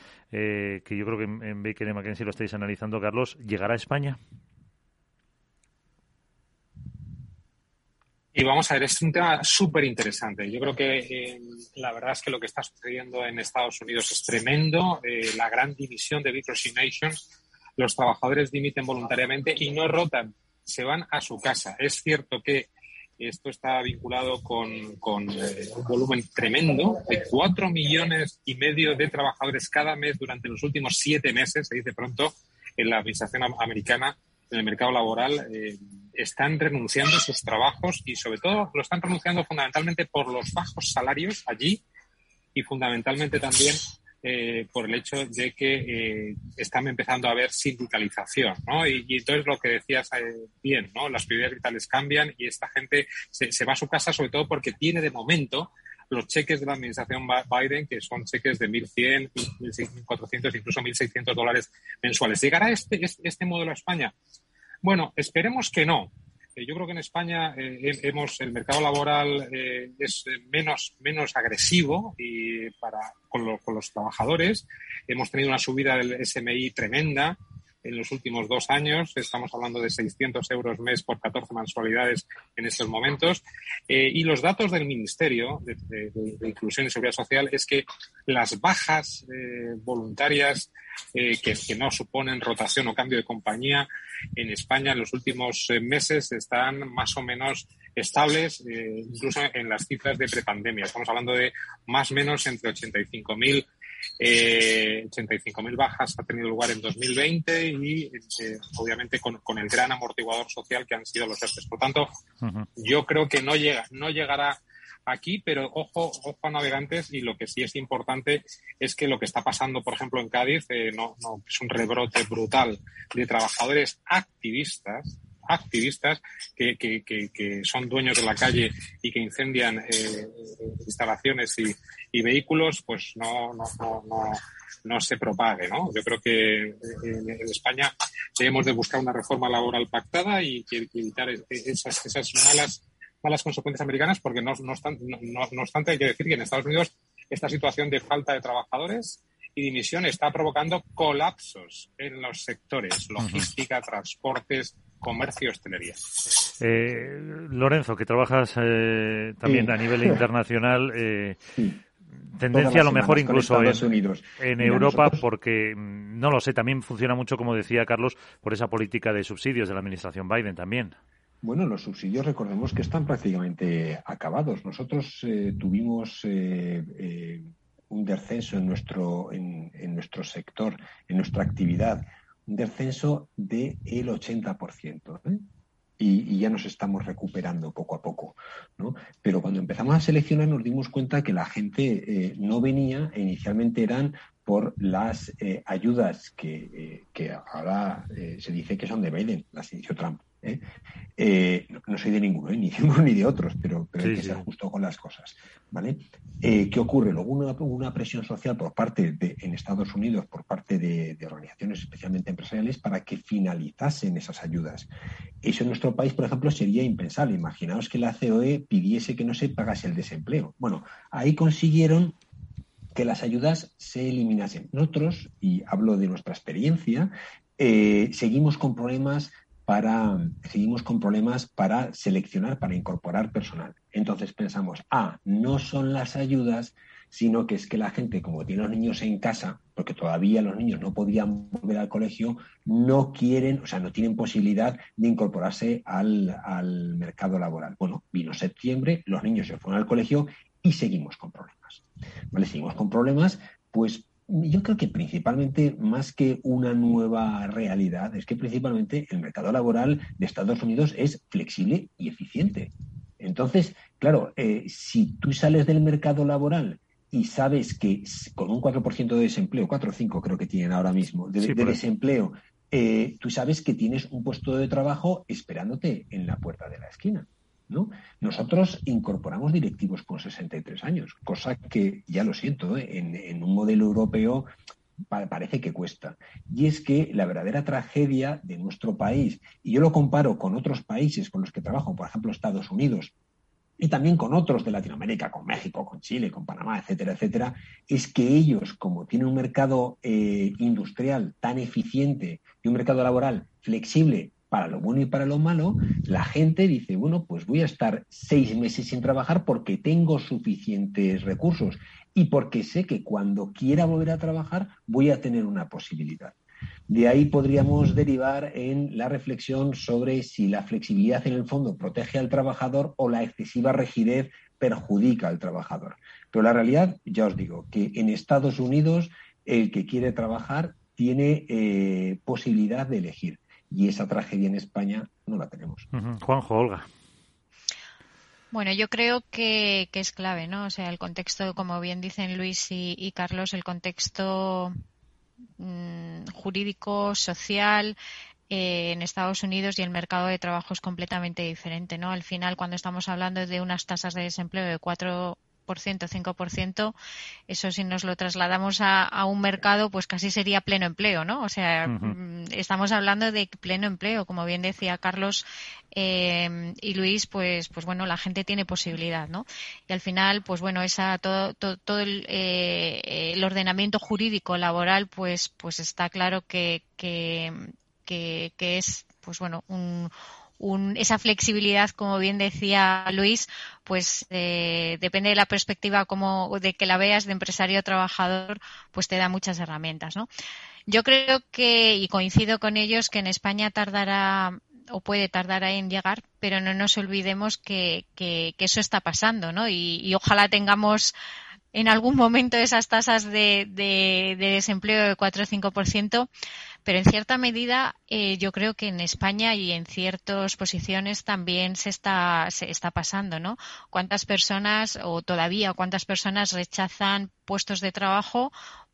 eh, que yo creo que en, en Baker McKenzie lo estáis analizando, Carlos, ¿llegará a España? Y vamos a ver, es un tema súper interesante. Yo creo que eh, la verdad es que lo que está sucediendo en Estados Unidos es tremendo. Eh, la gran división de Big Resignation, los trabajadores dimiten voluntariamente y no rotan, se van a su casa. Es cierto que Esto está vinculado con, con eh, un volumen tremendo de cuatro millones y medio de trabajadores cada mes durante los últimos siete meses, se dice pronto, en la administración americana, en el mercado laboral, eh, están renunciando a sus trabajos y sobre todo lo están renunciando fundamentalmente por los bajos salarios allí y fundamentalmente también eh, por el hecho de que eh, están empezando a haber sindicalización, ¿no? Y, y entonces lo que decías eh, bien, ¿no? Las prioridades vitales cambian y esta gente se, se va a su casa sobre todo porque tiene de momento los cheques de la administración Biden, que son cheques de mil cien, mil cuatrocientos, incluso mil seiscientos dólares mensuales. ¿Llegará este, este, este modelo a España? Bueno, esperemos que no. Eh, yo creo que en España eh, hemos el mercado laboral eh, es menos menos agresivo y para con, lo, con los trabajadores. Hemos tenido una subida del S M I tremenda en los últimos dos años. Estamos hablando de seiscientos euros mes por catorce mensualidades en estos momentos. Eh, y los datos del Ministerio de, de, de Inclusión y Seguridad Social es que las bajas eh, voluntarias eh, que, que no suponen rotación o cambio de compañía en España en los últimos eh, meses están más o menos estables, eh, incluso en las cifras de prepandemia. Estamos hablando de más o menos entre ochenta y cinco mil Eh, ochenta y cinco mil bajas ha tenido lugar en dos mil veinte y eh, obviamente con, con el gran amortiguador social que han sido los ERTE. Por tanto, uh-huh. yo creo que no llega, no llegará aquí, pero ojo, ojo a navegantes, y lo que sí es importante es que lo que está pasando, por ejemplo, en Cádiz, eh, no, no es un rebrote brutal de trabajadores activistas activistas que, que, que, que son dueños de la calle y que incendian eh, instalaciones y, y vehículos, pues no, no, no, no, no se propague, ¿no? Yo creo que en, en España debemos de buscar una reforma laboral pactada y, y evitar esas, esas malas, malas consecuencias americanas, porque no, no, obstante, no, no obstante hay que decir que en Estados Unidos esta situación de falta de trabajadores y dimisión está provocando colapsos en los sectores, logística, uh-huh. transportes, comercio, hostelería. Eh, Lorenzo, que trabajas eh, también sí. a nivel internacional, eh, sí. tendencia a lo mejor incluso en, en Mira, Europa, nosotros... porque, no lo sé, también funciona mucho, como decía Carlos, por esa política de subsidios de la administración Biden también. Bueno, los subsidios, recordemos que están prácticamente acabados. Nosotros eh, tuvimos eh, eh, un descenso en nuestro, en, en nuestro sector, en nuestra actividad, un descenso del ochenta por ciento, ¿eh? y, y ya nos estamos recuperando poco a poco, ¿no? Pero cuando empezamos a seleccionar nos dimos cuenta que la gente eh, no venía, e inicialmente eran por las eh, ayudas que, eh, que ahora eh, se dice que son de Biden, las inició Trump. ¿eh? Eh, no, no soy de ninguno, ¿eh? ni de uno ni de otros, pero, pero sí, hay que sí. ser justo con las cosas, ¿vale? Eh, ¿Qué ocurre? Luego una, una presión social por parte de, en Estados Unidos, por parte de, de organizaciones especialmente empresariales, para que finalizasen esas ayudas. Eso en nuestro país, por ejemplo, sería impensable. Imaginaos que la C O E pidiese que no se pagase el desempleo. Bueno, ahí consiguieron que las ayudas se eliminasen. Nosotros, y hablo de nuestra experiencia, eh, seguimos con problemas para seguimos con problemas para seleccionar, para incorporar personal. Entonces pensamos, ah, no son las ayudas, sino que es que la gente, como tiene los niños en casa, porque todavía los niños no podían volver al colegio, no quieren, o sea, no tienen posibilidad de incorporarse al, al mercado laboral. Bueno, vino septiembre, los niños se fueron al colegio y seguimos con problemas. ¿Vale? Seguimos con problemas, pues yo creo que principalmente, más que una nueva realidad, es que principalmente el mercado laboral de Estados Unidos es flexible y eficiente. Entonces, claro, eh, si tú sales del mercado laboral y sabes que con un cuatro por ciento de desempleo, cuatro o cinco creo que tienen ahora mismo, de, sí, de desempleo, eh, tú sabes que tienes un puesto de trabajo esperándote en la puerta de la esquina, ¿no? Nosotros incorporamos directivos con sesenta y tres años, cosa que, ya lo siento, ¿eh? en, en un modelo europeo pa- parece que cuesta. Y es que la verdadera tragedia de nuestro país, y yo lo comparo con otros países con los que trabajo, por ejemplo Estados Unidos, y también con otros de Latinoamérica, con México, con Chile, con Panamá, etcétera, etcétera, es que ellos, como tienen un mercado eh, industrial tan eficiente y un mercado laboral flexible para lo bueno y para lo malo, la gente dice, bueno, pues voy a estar seis meses sin trabajar porque tengo suficientes recursos y porque sé que cuando quiera volver a trabajar voy a tener una posibilidad. De ahí podríamos derivar en la reflexión sobre si la flexibilidad en el fondo protege al trabajador o la excesiva rigidez perjudica al trabajador. Pero la realidad, ya os digo, que en Estados Unidos el que quiere trabajar tiene eh, posibilidad de elegir. Y esa tragedia en España no la tenemos. Uh-huh. Juanjo, Olga. Bueno, yo creo que, que es clave, ¿no? O sea, el contexto, como bien dicen Luis y, y Carlos, el contexto mmm, jurídico, social eh, en Estados Unidos y el mercado de trabajo es completamente diferente, ¿no? Al final, cuando estamos hablando de unas tasas de desempleo de cuatro por ciento, cinco por ciento, eso si nos lo trasladamos a, a un mercado, pues casi sería pleno empleo, ¿no? O sea, uh-huh. estamos hablando de pleno empleo, como bien decía Carlos eh, y Luis, pues, pues bueno, la gente tiene posibilidad, ¿no? Y al final, pues bueno, esa todo, todo, todo el, eh, el ordenamiento jurídico laboral, pues, pues está claro que, que, que, que es, pues bueno, un Un, esa flexibilidad, como bien decía Luis, pues eh, depende de la perspectiva como de que la veas de empresario o trabajador, pues te da muchas herramientas, ¿no? Yo creo que, y coincido con ellos, que en España tardará o puede tardar en llegar, pero no nos olvidemos que, que, que eso está pasando, ¿no? Y, y ojalá tengamos en algún momento esas tasas de, de, de desempleo de cuatro o cinco por ciento, pero en cierta medida eh, yo creo que en España y en ciertas posiciones también se está se está pasando, ¿no? ¿Cuántas personas o todavía cuántas personas rechazan puestos de trabajo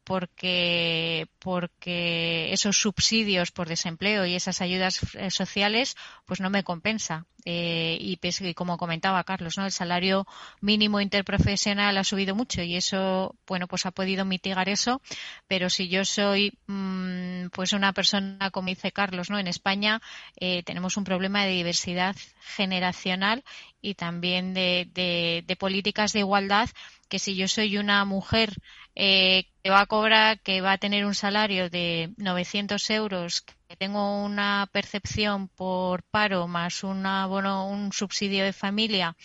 porque porque esos subsidios por desempleo y esas ayudas sociales pues no me compensa? Eh, y, pues, y como comentaba Carlos, ¿no? El salario mínimo interprofesional ha subido mucho y eso, bueno, pues ha podido mitigar eso, pero si yo soy mmm, pues una persona, como dice Carlos, ¿no? En España eh, tenemos un problema de diversidad generacional y también de, de, de políticas de igualdad, que si yo soy una mujer eh, que va a cobrar, que va a tener un salario de novecientos euros, que tengo una percepción por paro más una, bueno, un subsidio de familia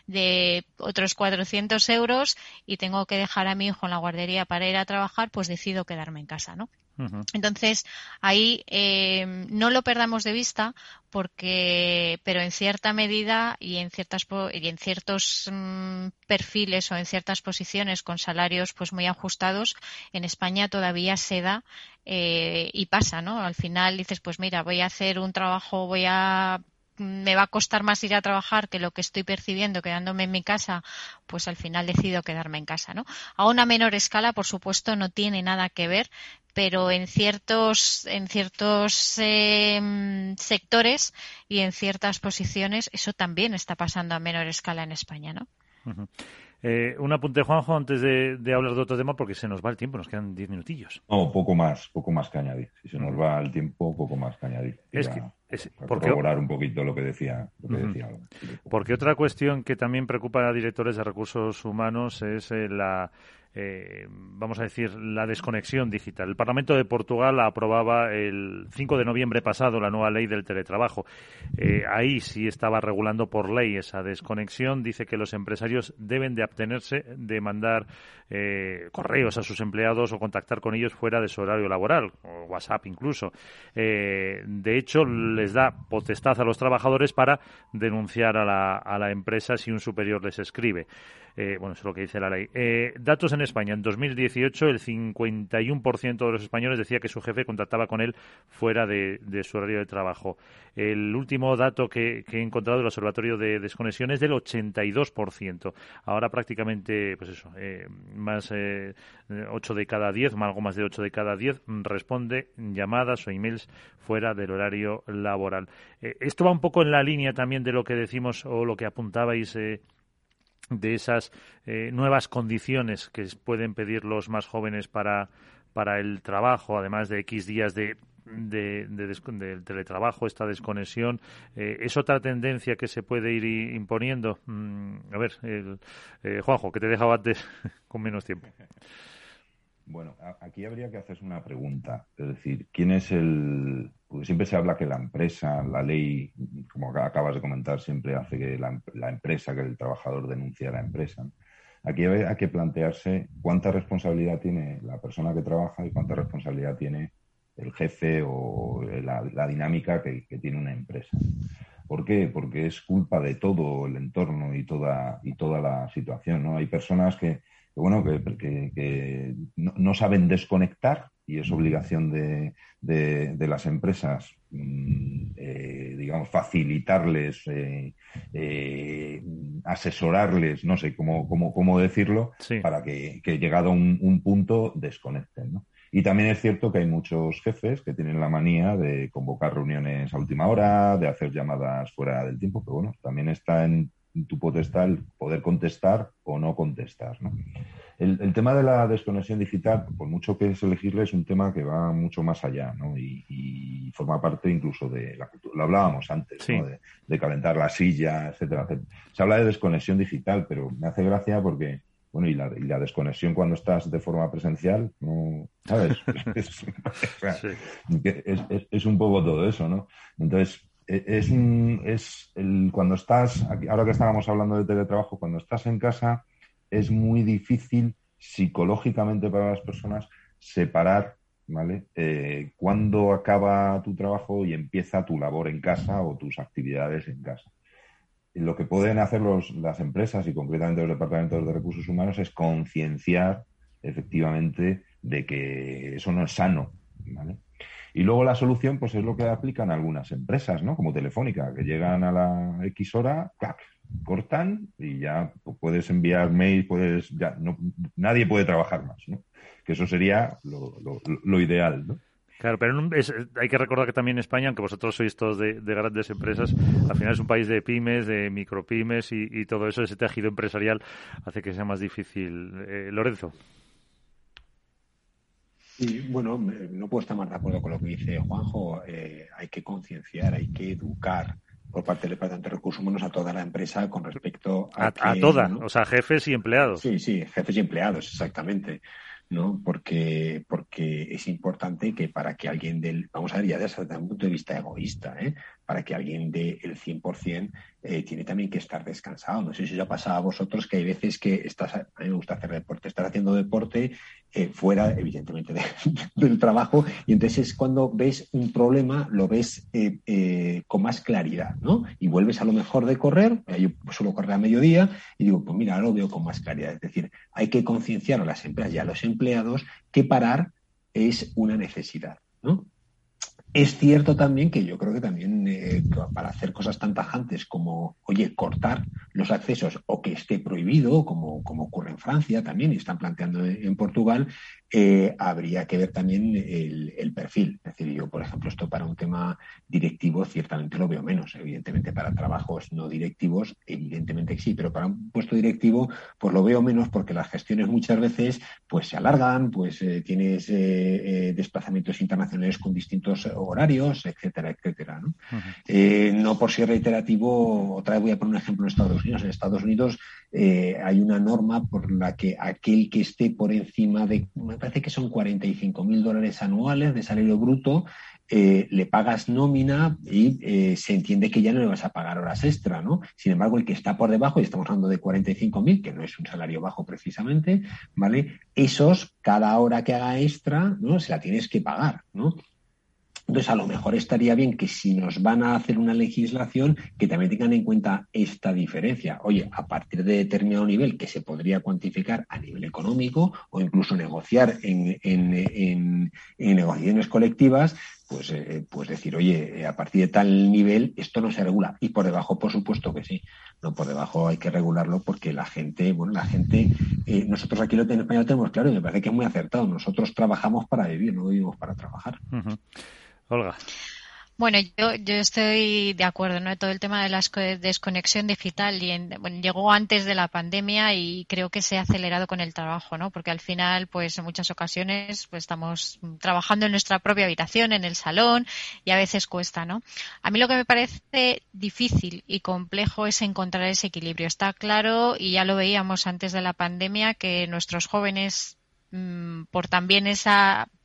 de otros cuatrocientos euros y tengo que dejar a mi hijo en la guardería para ir a trabajar, pues decido quedarme en casa, ¿no? Uh-huh. Entonces, ahí eh, no lo perdamos de vista, porque, pero en cierta medida y en ciertas y en ciertos mmm, perfiles o en ciertas posiciones con salarios pues muy ajustados, en España todavía se da eh, y pasa, ¿no? Al final dices, pues mira, voy a hacer un trabajo, voy a me va a costar más ir a trabajar que lo que estoy percibiendo quedándome en mi casa, pues al final decido quedarme en casa, ¿no? A una menor escala, por supuesto, no tiene nada que ver, pero en ciertos en ciertos eh, sectores y en ciertas posiciones eso también está pasando a menor escala en España, ¿no? Uh-huh. Eh, un apunte, Juanjo, antes de, de hablar de otro tema, porque se nos va el tiempo, nos quedan diez minutillos. No, poco más, poco más que añadir. Si se nos va el tiempo, poco más que añadir. Es que, es, para porque, corroborar un poquito lo que decía. Lo que uh-huh. decía porque otra cuestión que también preocupa a directores de recursos humanos es eh, la... Eh, vamos a decir, la desconexión digital. El Parlamento de Portugal aprobaba el cinco de noviembre pasado la nueva ley del teletrabajo. Eh, ahí sí estaba regulando por ley esa desconexión. Dice que los empresarios deben de abstenerse de mandar eh, correos a sus empleados o contactar con ellos fuera de su horario laboral, o WhatsApp incluso. Eh, de hecho, les da potestad a los trabajadores para denunciar a la, a la empresa si un superior les escribe. Eh, bueno, eso es lo que dice la ley. Eh, datos en España. En dos mil dieciocho, el cincuenta y uno por ciento de los españoles decía que su jefe contactaba con él fuera de, de su horario de trabajo. El último dato que, que he encontrado del Observatorio de Desconexión es del ochenta y dos por ciento. Ahora prácticamente, pues eso, eh, más eh, ocho de cada diez, algo más de ocho de cada diez, responde llamadas o emails fuera del horario laboral. Eh, esto va un poco en la línea también de lo que decimos o lo que apuntabais eh, de esas eh, nuevas condiciones que pueden pedir los más jóvenes para, para el trabajo, además de X días de, de, de, de, de teletrabajo, esta desconexión. Eh, ¿Es otra tendencia que se puede ir imponiendo? Mm, a ver, el, eh, Juanjo, que te he dejado antes con menos tiempo. Bueno, aquí habría que hacerse una pregunta. Es decir, ¿quién es el...? Porque siempre se habla que la empresa, la ley, como acabas de comentar, siempre hace que la, la empresa, que el trabajador denuncie a la empresa. Aquí hay que plantearse cuánta responsabilidad tiene la persona que trabaja y cuánta responsabilidad tiene el jefe o la, la dinámica que, que tiene una empresa. ¿Por qué? Porque es culpa de todo el entorno y toda, y toda la situación, ¿no? Hay personas que, que bueno, que, que, que no, no saben desconectar y es obligación de, de, de las empresas, eh, digamos, facilitarles, eh, eh, asesorarles, no sé cómo, cómo, cómo decirlo, sí. para que, que llegado a un, un punto desconecten, ¿no? Y también es cierto que hay muchos jefes que tienen la manía de convocar reuniones a última hora, de hacer llamadas fuera del tiempo, pero bueno, también está en tu potestad el poder contestar o no contestar, ¿no? El, el tema de la desconexión digital, por mucho que es elegirle, es un tema que va mucho más allá, ¿no? Y, y forma parte incluso de la cultura. Lo hablábamos antes, sí. ¿no? De, de calentar la silla, etcétera, etcétera. Se habla de desconexión digital, pero me hace gracia porque, bueno, y la, y la desconexión cuando estás de forma presencial, no, ¿sabes? es, es, sí. es, es, es un poco todo eso, ¿no? Entonces, es, es el, cuando estás, ahora que estábamos hablando de teletrabajo, cuando estás en casa, es muy difícil psicológicamente para las personas separar, ¿vale? Eh, cuándo acaba tu trabajo y empieza tu labor en casa o tus actividades en casa. Lo que pueden hacer los, las empresas y concretamente los departamentos de recursos humanos es concienciar efectivamente de que eso no es sano, ¿vale? Y luego la solución pues es lo que aplican algunas empresas, ¿no? Como Telefónica, que llegan a la X hora, ¡clac!, cortan y ya puedes enviar mail, puedes ya no, nadie puede trabajar más, ¿no? Que eso sería lo, lo, lo ideal, ¿no? Claro, pero es, hay que recordar que también España, aunque vosotros sois todos de, de grandes empresas, al final es un país de pymes, de micropymes y, y todo eso, ese tejido empresarial hace que sea más difícil. Eh, Lorenzo. Y bueno, no puedo estar más de acuerdo con lo que dice Juanjo. Eh, hay que concienciar, hay que educar por parte del Departamento de Recursos Humanos a toda la empresa con respecto a... A, que, a toda, ¿no? O sea, jefes y empleados. Sí, sí, jefes y empleados, exactamente, ¿no? Porque, porque es importante que para que alguien del... Vamos a ver, ya desde un punto de vista egoísta, ¿eh? Para que alguien dé el cien por ciento eh, tiene también que estar descansado. No sé si os ha pasado a vosotros que hay veces que estás... A mí me gusta hacer deporte. Estás haciendo deporte eh, fuera, evidentemente, de, del trabajo y entonces es cuando ves un problema, lo ves eh, eh, con más claridad, ¿no? Y vuelves a lo mejor de correr, eh, yo suelo correr a mediodía y digo, pues mira, ahora lo veo con más claridad. Es decir, hay que concienciar a las empresas y a los empleados que parar es una necesidad, ¿no? Es cierto también que yo creo que también eh, para hacer cosas tan tajantes como, oye, cortar los accesos o que esté prohibido, como, como ocurre en Francia también y están planteando en Portugal, eh, habría que ver también el, el perfil. Es decir, yo, por ejemplo, esto para un tema directivo ciertamente lo veo menos. Evidentemente para trabajos no directivos, evidentemente sí, pero para un puesto directivo pues lo veo menos porque las gestiones muchas veces pues se alargan, pues eh, tienes eh, eh, desplazamientos internacionales con distintos horarios, etcétera, etcétera, ¿no? Uh-huh. Eh, no por ser reiterativo, otra vez voy a poner un ejemplo en Estados Unidos. En Estados Unidos eh, hay una norma por la que aquel que esté por encima de, me parece que son cuarenta y cinco mil dólares anuales de salario bruto, eh, le pagas nómina y eh, se entiende que ya no le vas a pagar horas extra, ¿no? Sin embargo, el que está por debajo, y estamos hablando de cuarenta y cinco mil, que no es un salario bajo precisamente, ¿vale? Esos, cada hora que haga extra, ¿no? Se la tienes que pagar, ¿no? Entonces, a lo mejor estaría bien que si nos van a hacer una legislación, que también tengan en cuenta esta diferencia. Oye, a partir de determinado nivel que se podría cuantificar a nivel económico o incluso negociar en, en, en, en negociaciones colectivas, pues, eh, pues decir, oye, a partir de tal nivel esto no se regula. Y por debajo, por supuesto que sí. No, por debajo hay que regularlo porque la gente, bueno, la gente, eh, nosotros aquí en España lo tenemos claro y me parece que es muy acertado. Nosotros trabajamos para vivir, no vivimos para trabajar. Uh-huh. Olga. Bueno, yo, yo estoy de acuerdo, ¿no? Todo el tema de la desconexión digital y en, bueno, llegó antes de la pandemia y creo que se ha acelerado con el trabajo, ¿no? Porque al final, pues en muchas ocasiones, pues estamos trabajando en nuestra propia habitación, en el salón y a veces cuesta, ¿no? A mí lo que me parece difícil y complejo es encontrar ese equilibrio. Está claro y ya lo veíamos antes de la pandemia que nuestros jóvenes, por también esa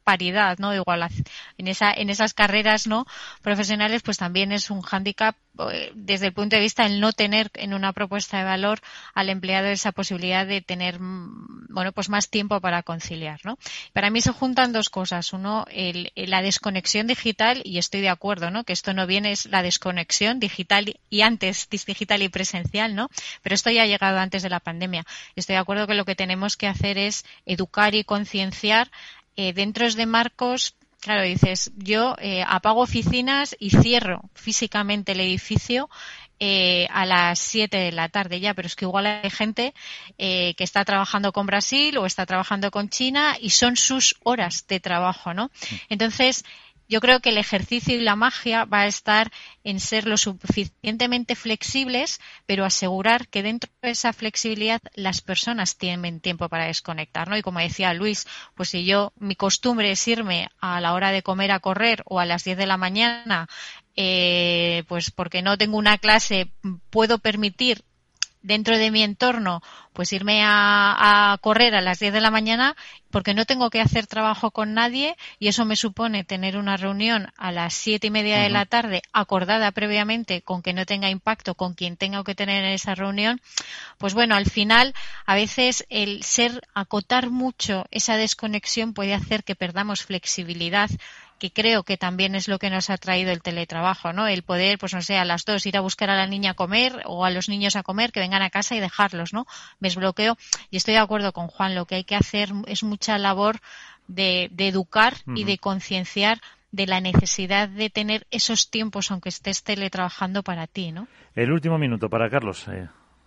paridad, ¿no? Igual en esa en esas carreras, ¿no?, profesionales, pues también es un hándicap eh, desde el punto de vista del no tener en una propuesta de valor al empleado esa posibilidad de tener, bueno, pues más tiempo para conciliar, ¿no? Para mí se juntan dos cosas. Uno, el, la desconexión digital, y estoy de acuerdo, ¿no?, que esto no viene, es la desconexión digital y antes digital y presencial, ¿no? Pero esto ya ha llegado antes de la pandemia. Estoy de acuerdo que lo que tenemos que hacer es educar y concienciar eh, dentro de marcos. Claro, dices, yo eh, apago oficinas y cierro físicamente el edificio eh, a las siete de la tarde ya, pero es que igual hay gente eh, que está trabajando con Brasil o está trabajando con China y son sus horas de trabajo, ¿no? Entonces, yo creo que el ejercicio y la magia va a estar en ser lo suficientemente flexibles, pero asegurar que dentro de esa flexibilidad las personas tienen tiempo para desconectar, ¿no? Y como decía Luis, pues si yo, mi costumbre es irme a la hora de comer a correr o a las diez de la mañana, eh, pues porque no tengo una clase, puedo permitir dentro de mi entorno pues irme a, a correr a las diez de la mañana porque no tengo que hacer trabajo con nadie y eso me supone tener una reunión a las siete y media uh-huh. de la tarde acordada previamente con que no tenga impacto con quien tenga que tener en esa reunión. Pues bueno, al final a veces el ser acotar mucho esa desconexión puede hacer que perdamos flexibilidad, que creo que también es lo que nos ha traído el teletrabajo, ¿no? El poder, pues no sé, a las dos ir a buscar a la niña a comer o a los niños a comer, que vengan a casa y dejarlos, ¿no? Me desbloqueo. Y estoy de acuerdo con Juan, lo que hay que hacer es mucha labor de, de educar uh-huh. y de concienciar de la necesidad de tener esos tiempos, aunque estés teletrabajando, para ti, ¿no? El último minuto para Carlos. Eh.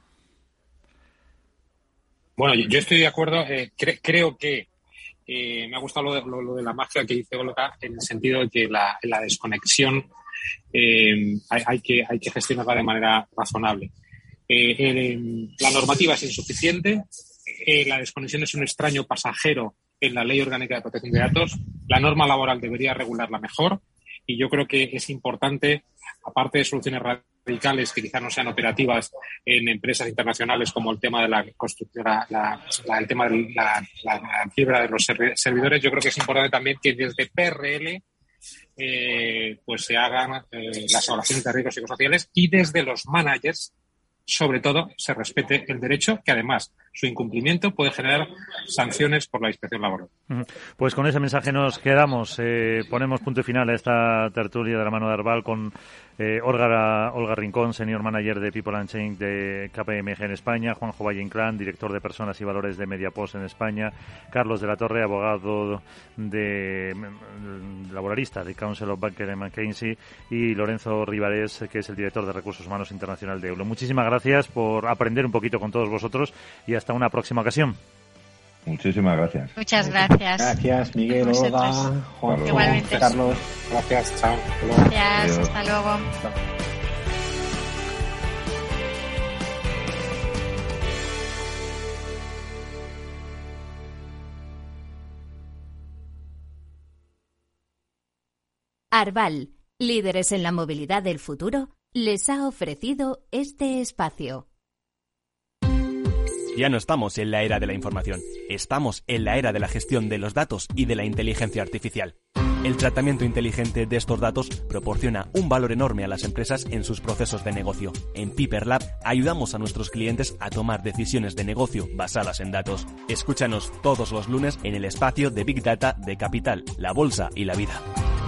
Bueno, yo estoy de acuerdo. Eh, cre- creo que Eh, me ha gustado lo de, lo, lo de la magia que dice Olga, en el sentido de que la, la desconexión eh, hay, hay, que, hay que gestionarla de manera razonable. Eh, eh, la normativa es insuficiente, eh, la desconexión es un extraño pasajero en la Ley Orgánica de Protección de Datos, la norma laboral debería regularla mejor y yo creo que es importante, aparte de soluciones radicales que quizás no sean operativas en empresas internacionales como el tema de la construcción, la, la, el tema de la, la, la fibra de los servidores, yo creo que es importante también que desde P R L eh, pues se hagan eh, las evaluaciones de riesgos psicosociales y desde los managers, sobre todo, se respete el derecho, que además su incumplimiento puede generar sanciones por la inspección laboral. Pues con ese mensaje nos quedamos. Eh, ponemos punto y final a esta tertulia de la mano de Arval con eh, Olga, Olga Rincón, Senior Manager de People and Change de K P M G en España, Juanjo Valle Inclán, Director de Personas y Valores de Mediapost en España, Carlos de la Torre, abogado de laboralista de Council of Bankers and McKinsey, y Lorenzo Rivarés, que es el Director de Recursos Humanos Internacional de Eulo. Muchísimas gracias por aprender un poquito con todos vosotros y hasta una próxima ocasión. Muchísimas gracias. Muchas gracias. Gracias, Miguel, Olga, Juan, igualmente. Carlos. Gracias, chao. Gracias, Adiós. Hasta luego. Chao. Arval, líderes en la movilidad del futuro, les ha ofrecido este espacio. Ya no estamos en la era de la información, estamos en la era de la gestión de los datos y de la inteligencia artificial. El tratamiento inteligente de estos datos proporciona un valor enorme a las empresas en sus procesos de negocio. En Piper Lab ayudamos a nuestros clientes a tomar decisiones de negocio basadas en datos. Escúchanos todos los lunes en el espacio de Big Data de Capital, la Bolsa y la Vida.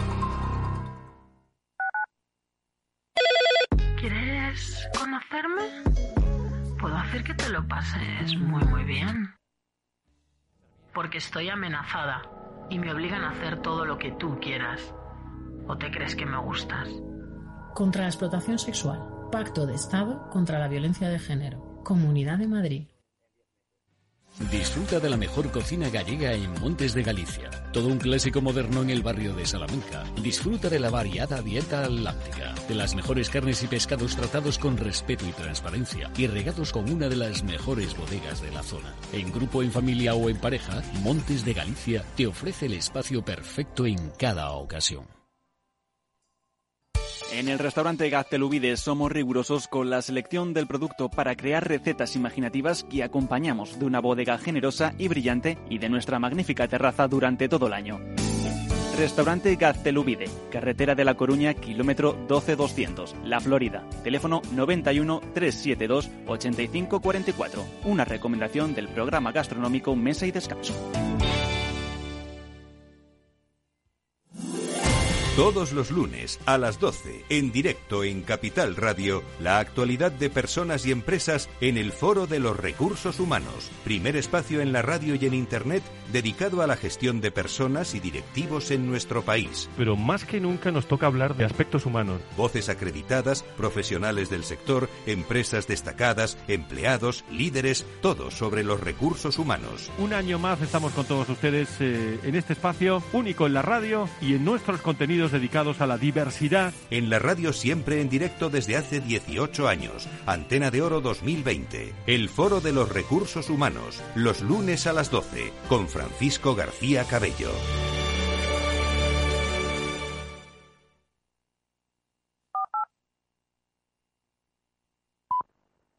¿Quieres conocerme? Puedo hacer que te lo pases muy muy bien. Porque estoy amenazada y me obligan a hacer todo lo que tú quieras. ¿O te crees que me gustas? Contra la explotación sexual. Pacto de Estado contra la violencia de género. Comunidad de Madrid. Disfruta de la mejor cocina gallega en Montes de Galicia. Todo un clásico moderno en el barrio de Salamanca. Disfruta de la variada dieta atlántica, de las mejores carnes y pescados tratados con respeto y transparencia y regados con una de las mejores bodegas de la zona. En grupo, en familia o en pareja, Montes de Galicia te ofrece el espacio perfecto en cada ocasión. En el restaurante Gaztelubides somos rigurosos con la selección del producto para crear recetas imaginativas que acompañamos de una bodega generosa y brillante y de nuestra magnífica terraza durante todo el año. Restaurante Gaztelubide, carretera de La Coruña, kilómetro doce doscientos, La Florida. Teléfono noventa y uno, trescientos setenta y dos, ochenta y cinco cuarenta y cuatro. Una recomendación del programa gastronómico Mesa y Descanso. Todos los lunes a las doce, en directo en Capital Radio, la actualidad de personas y empresas en el Foro de los Recursos Humanos. Primer espacio en la radio y en Internet dedicado a la gestión de personas y directivos en nuestro país. Pero más que nunca nos toca hablar de aspectos humanos. Voces acreditadas, profesionales del sector, empresas destacadas, empleados, líderes, todo sobre los recursos humanos. Un año más estamos con todos ustedes eh, en este espacio único en la radio y en nuestros contenidos dedicados a la diversidad. En la radio siempre en directo desde hace dieciocho años. Antena de Oro dos mil veinte. El Foro de los Recursos Humanos. Los lunes a las doce. Con Francisco García Cabello.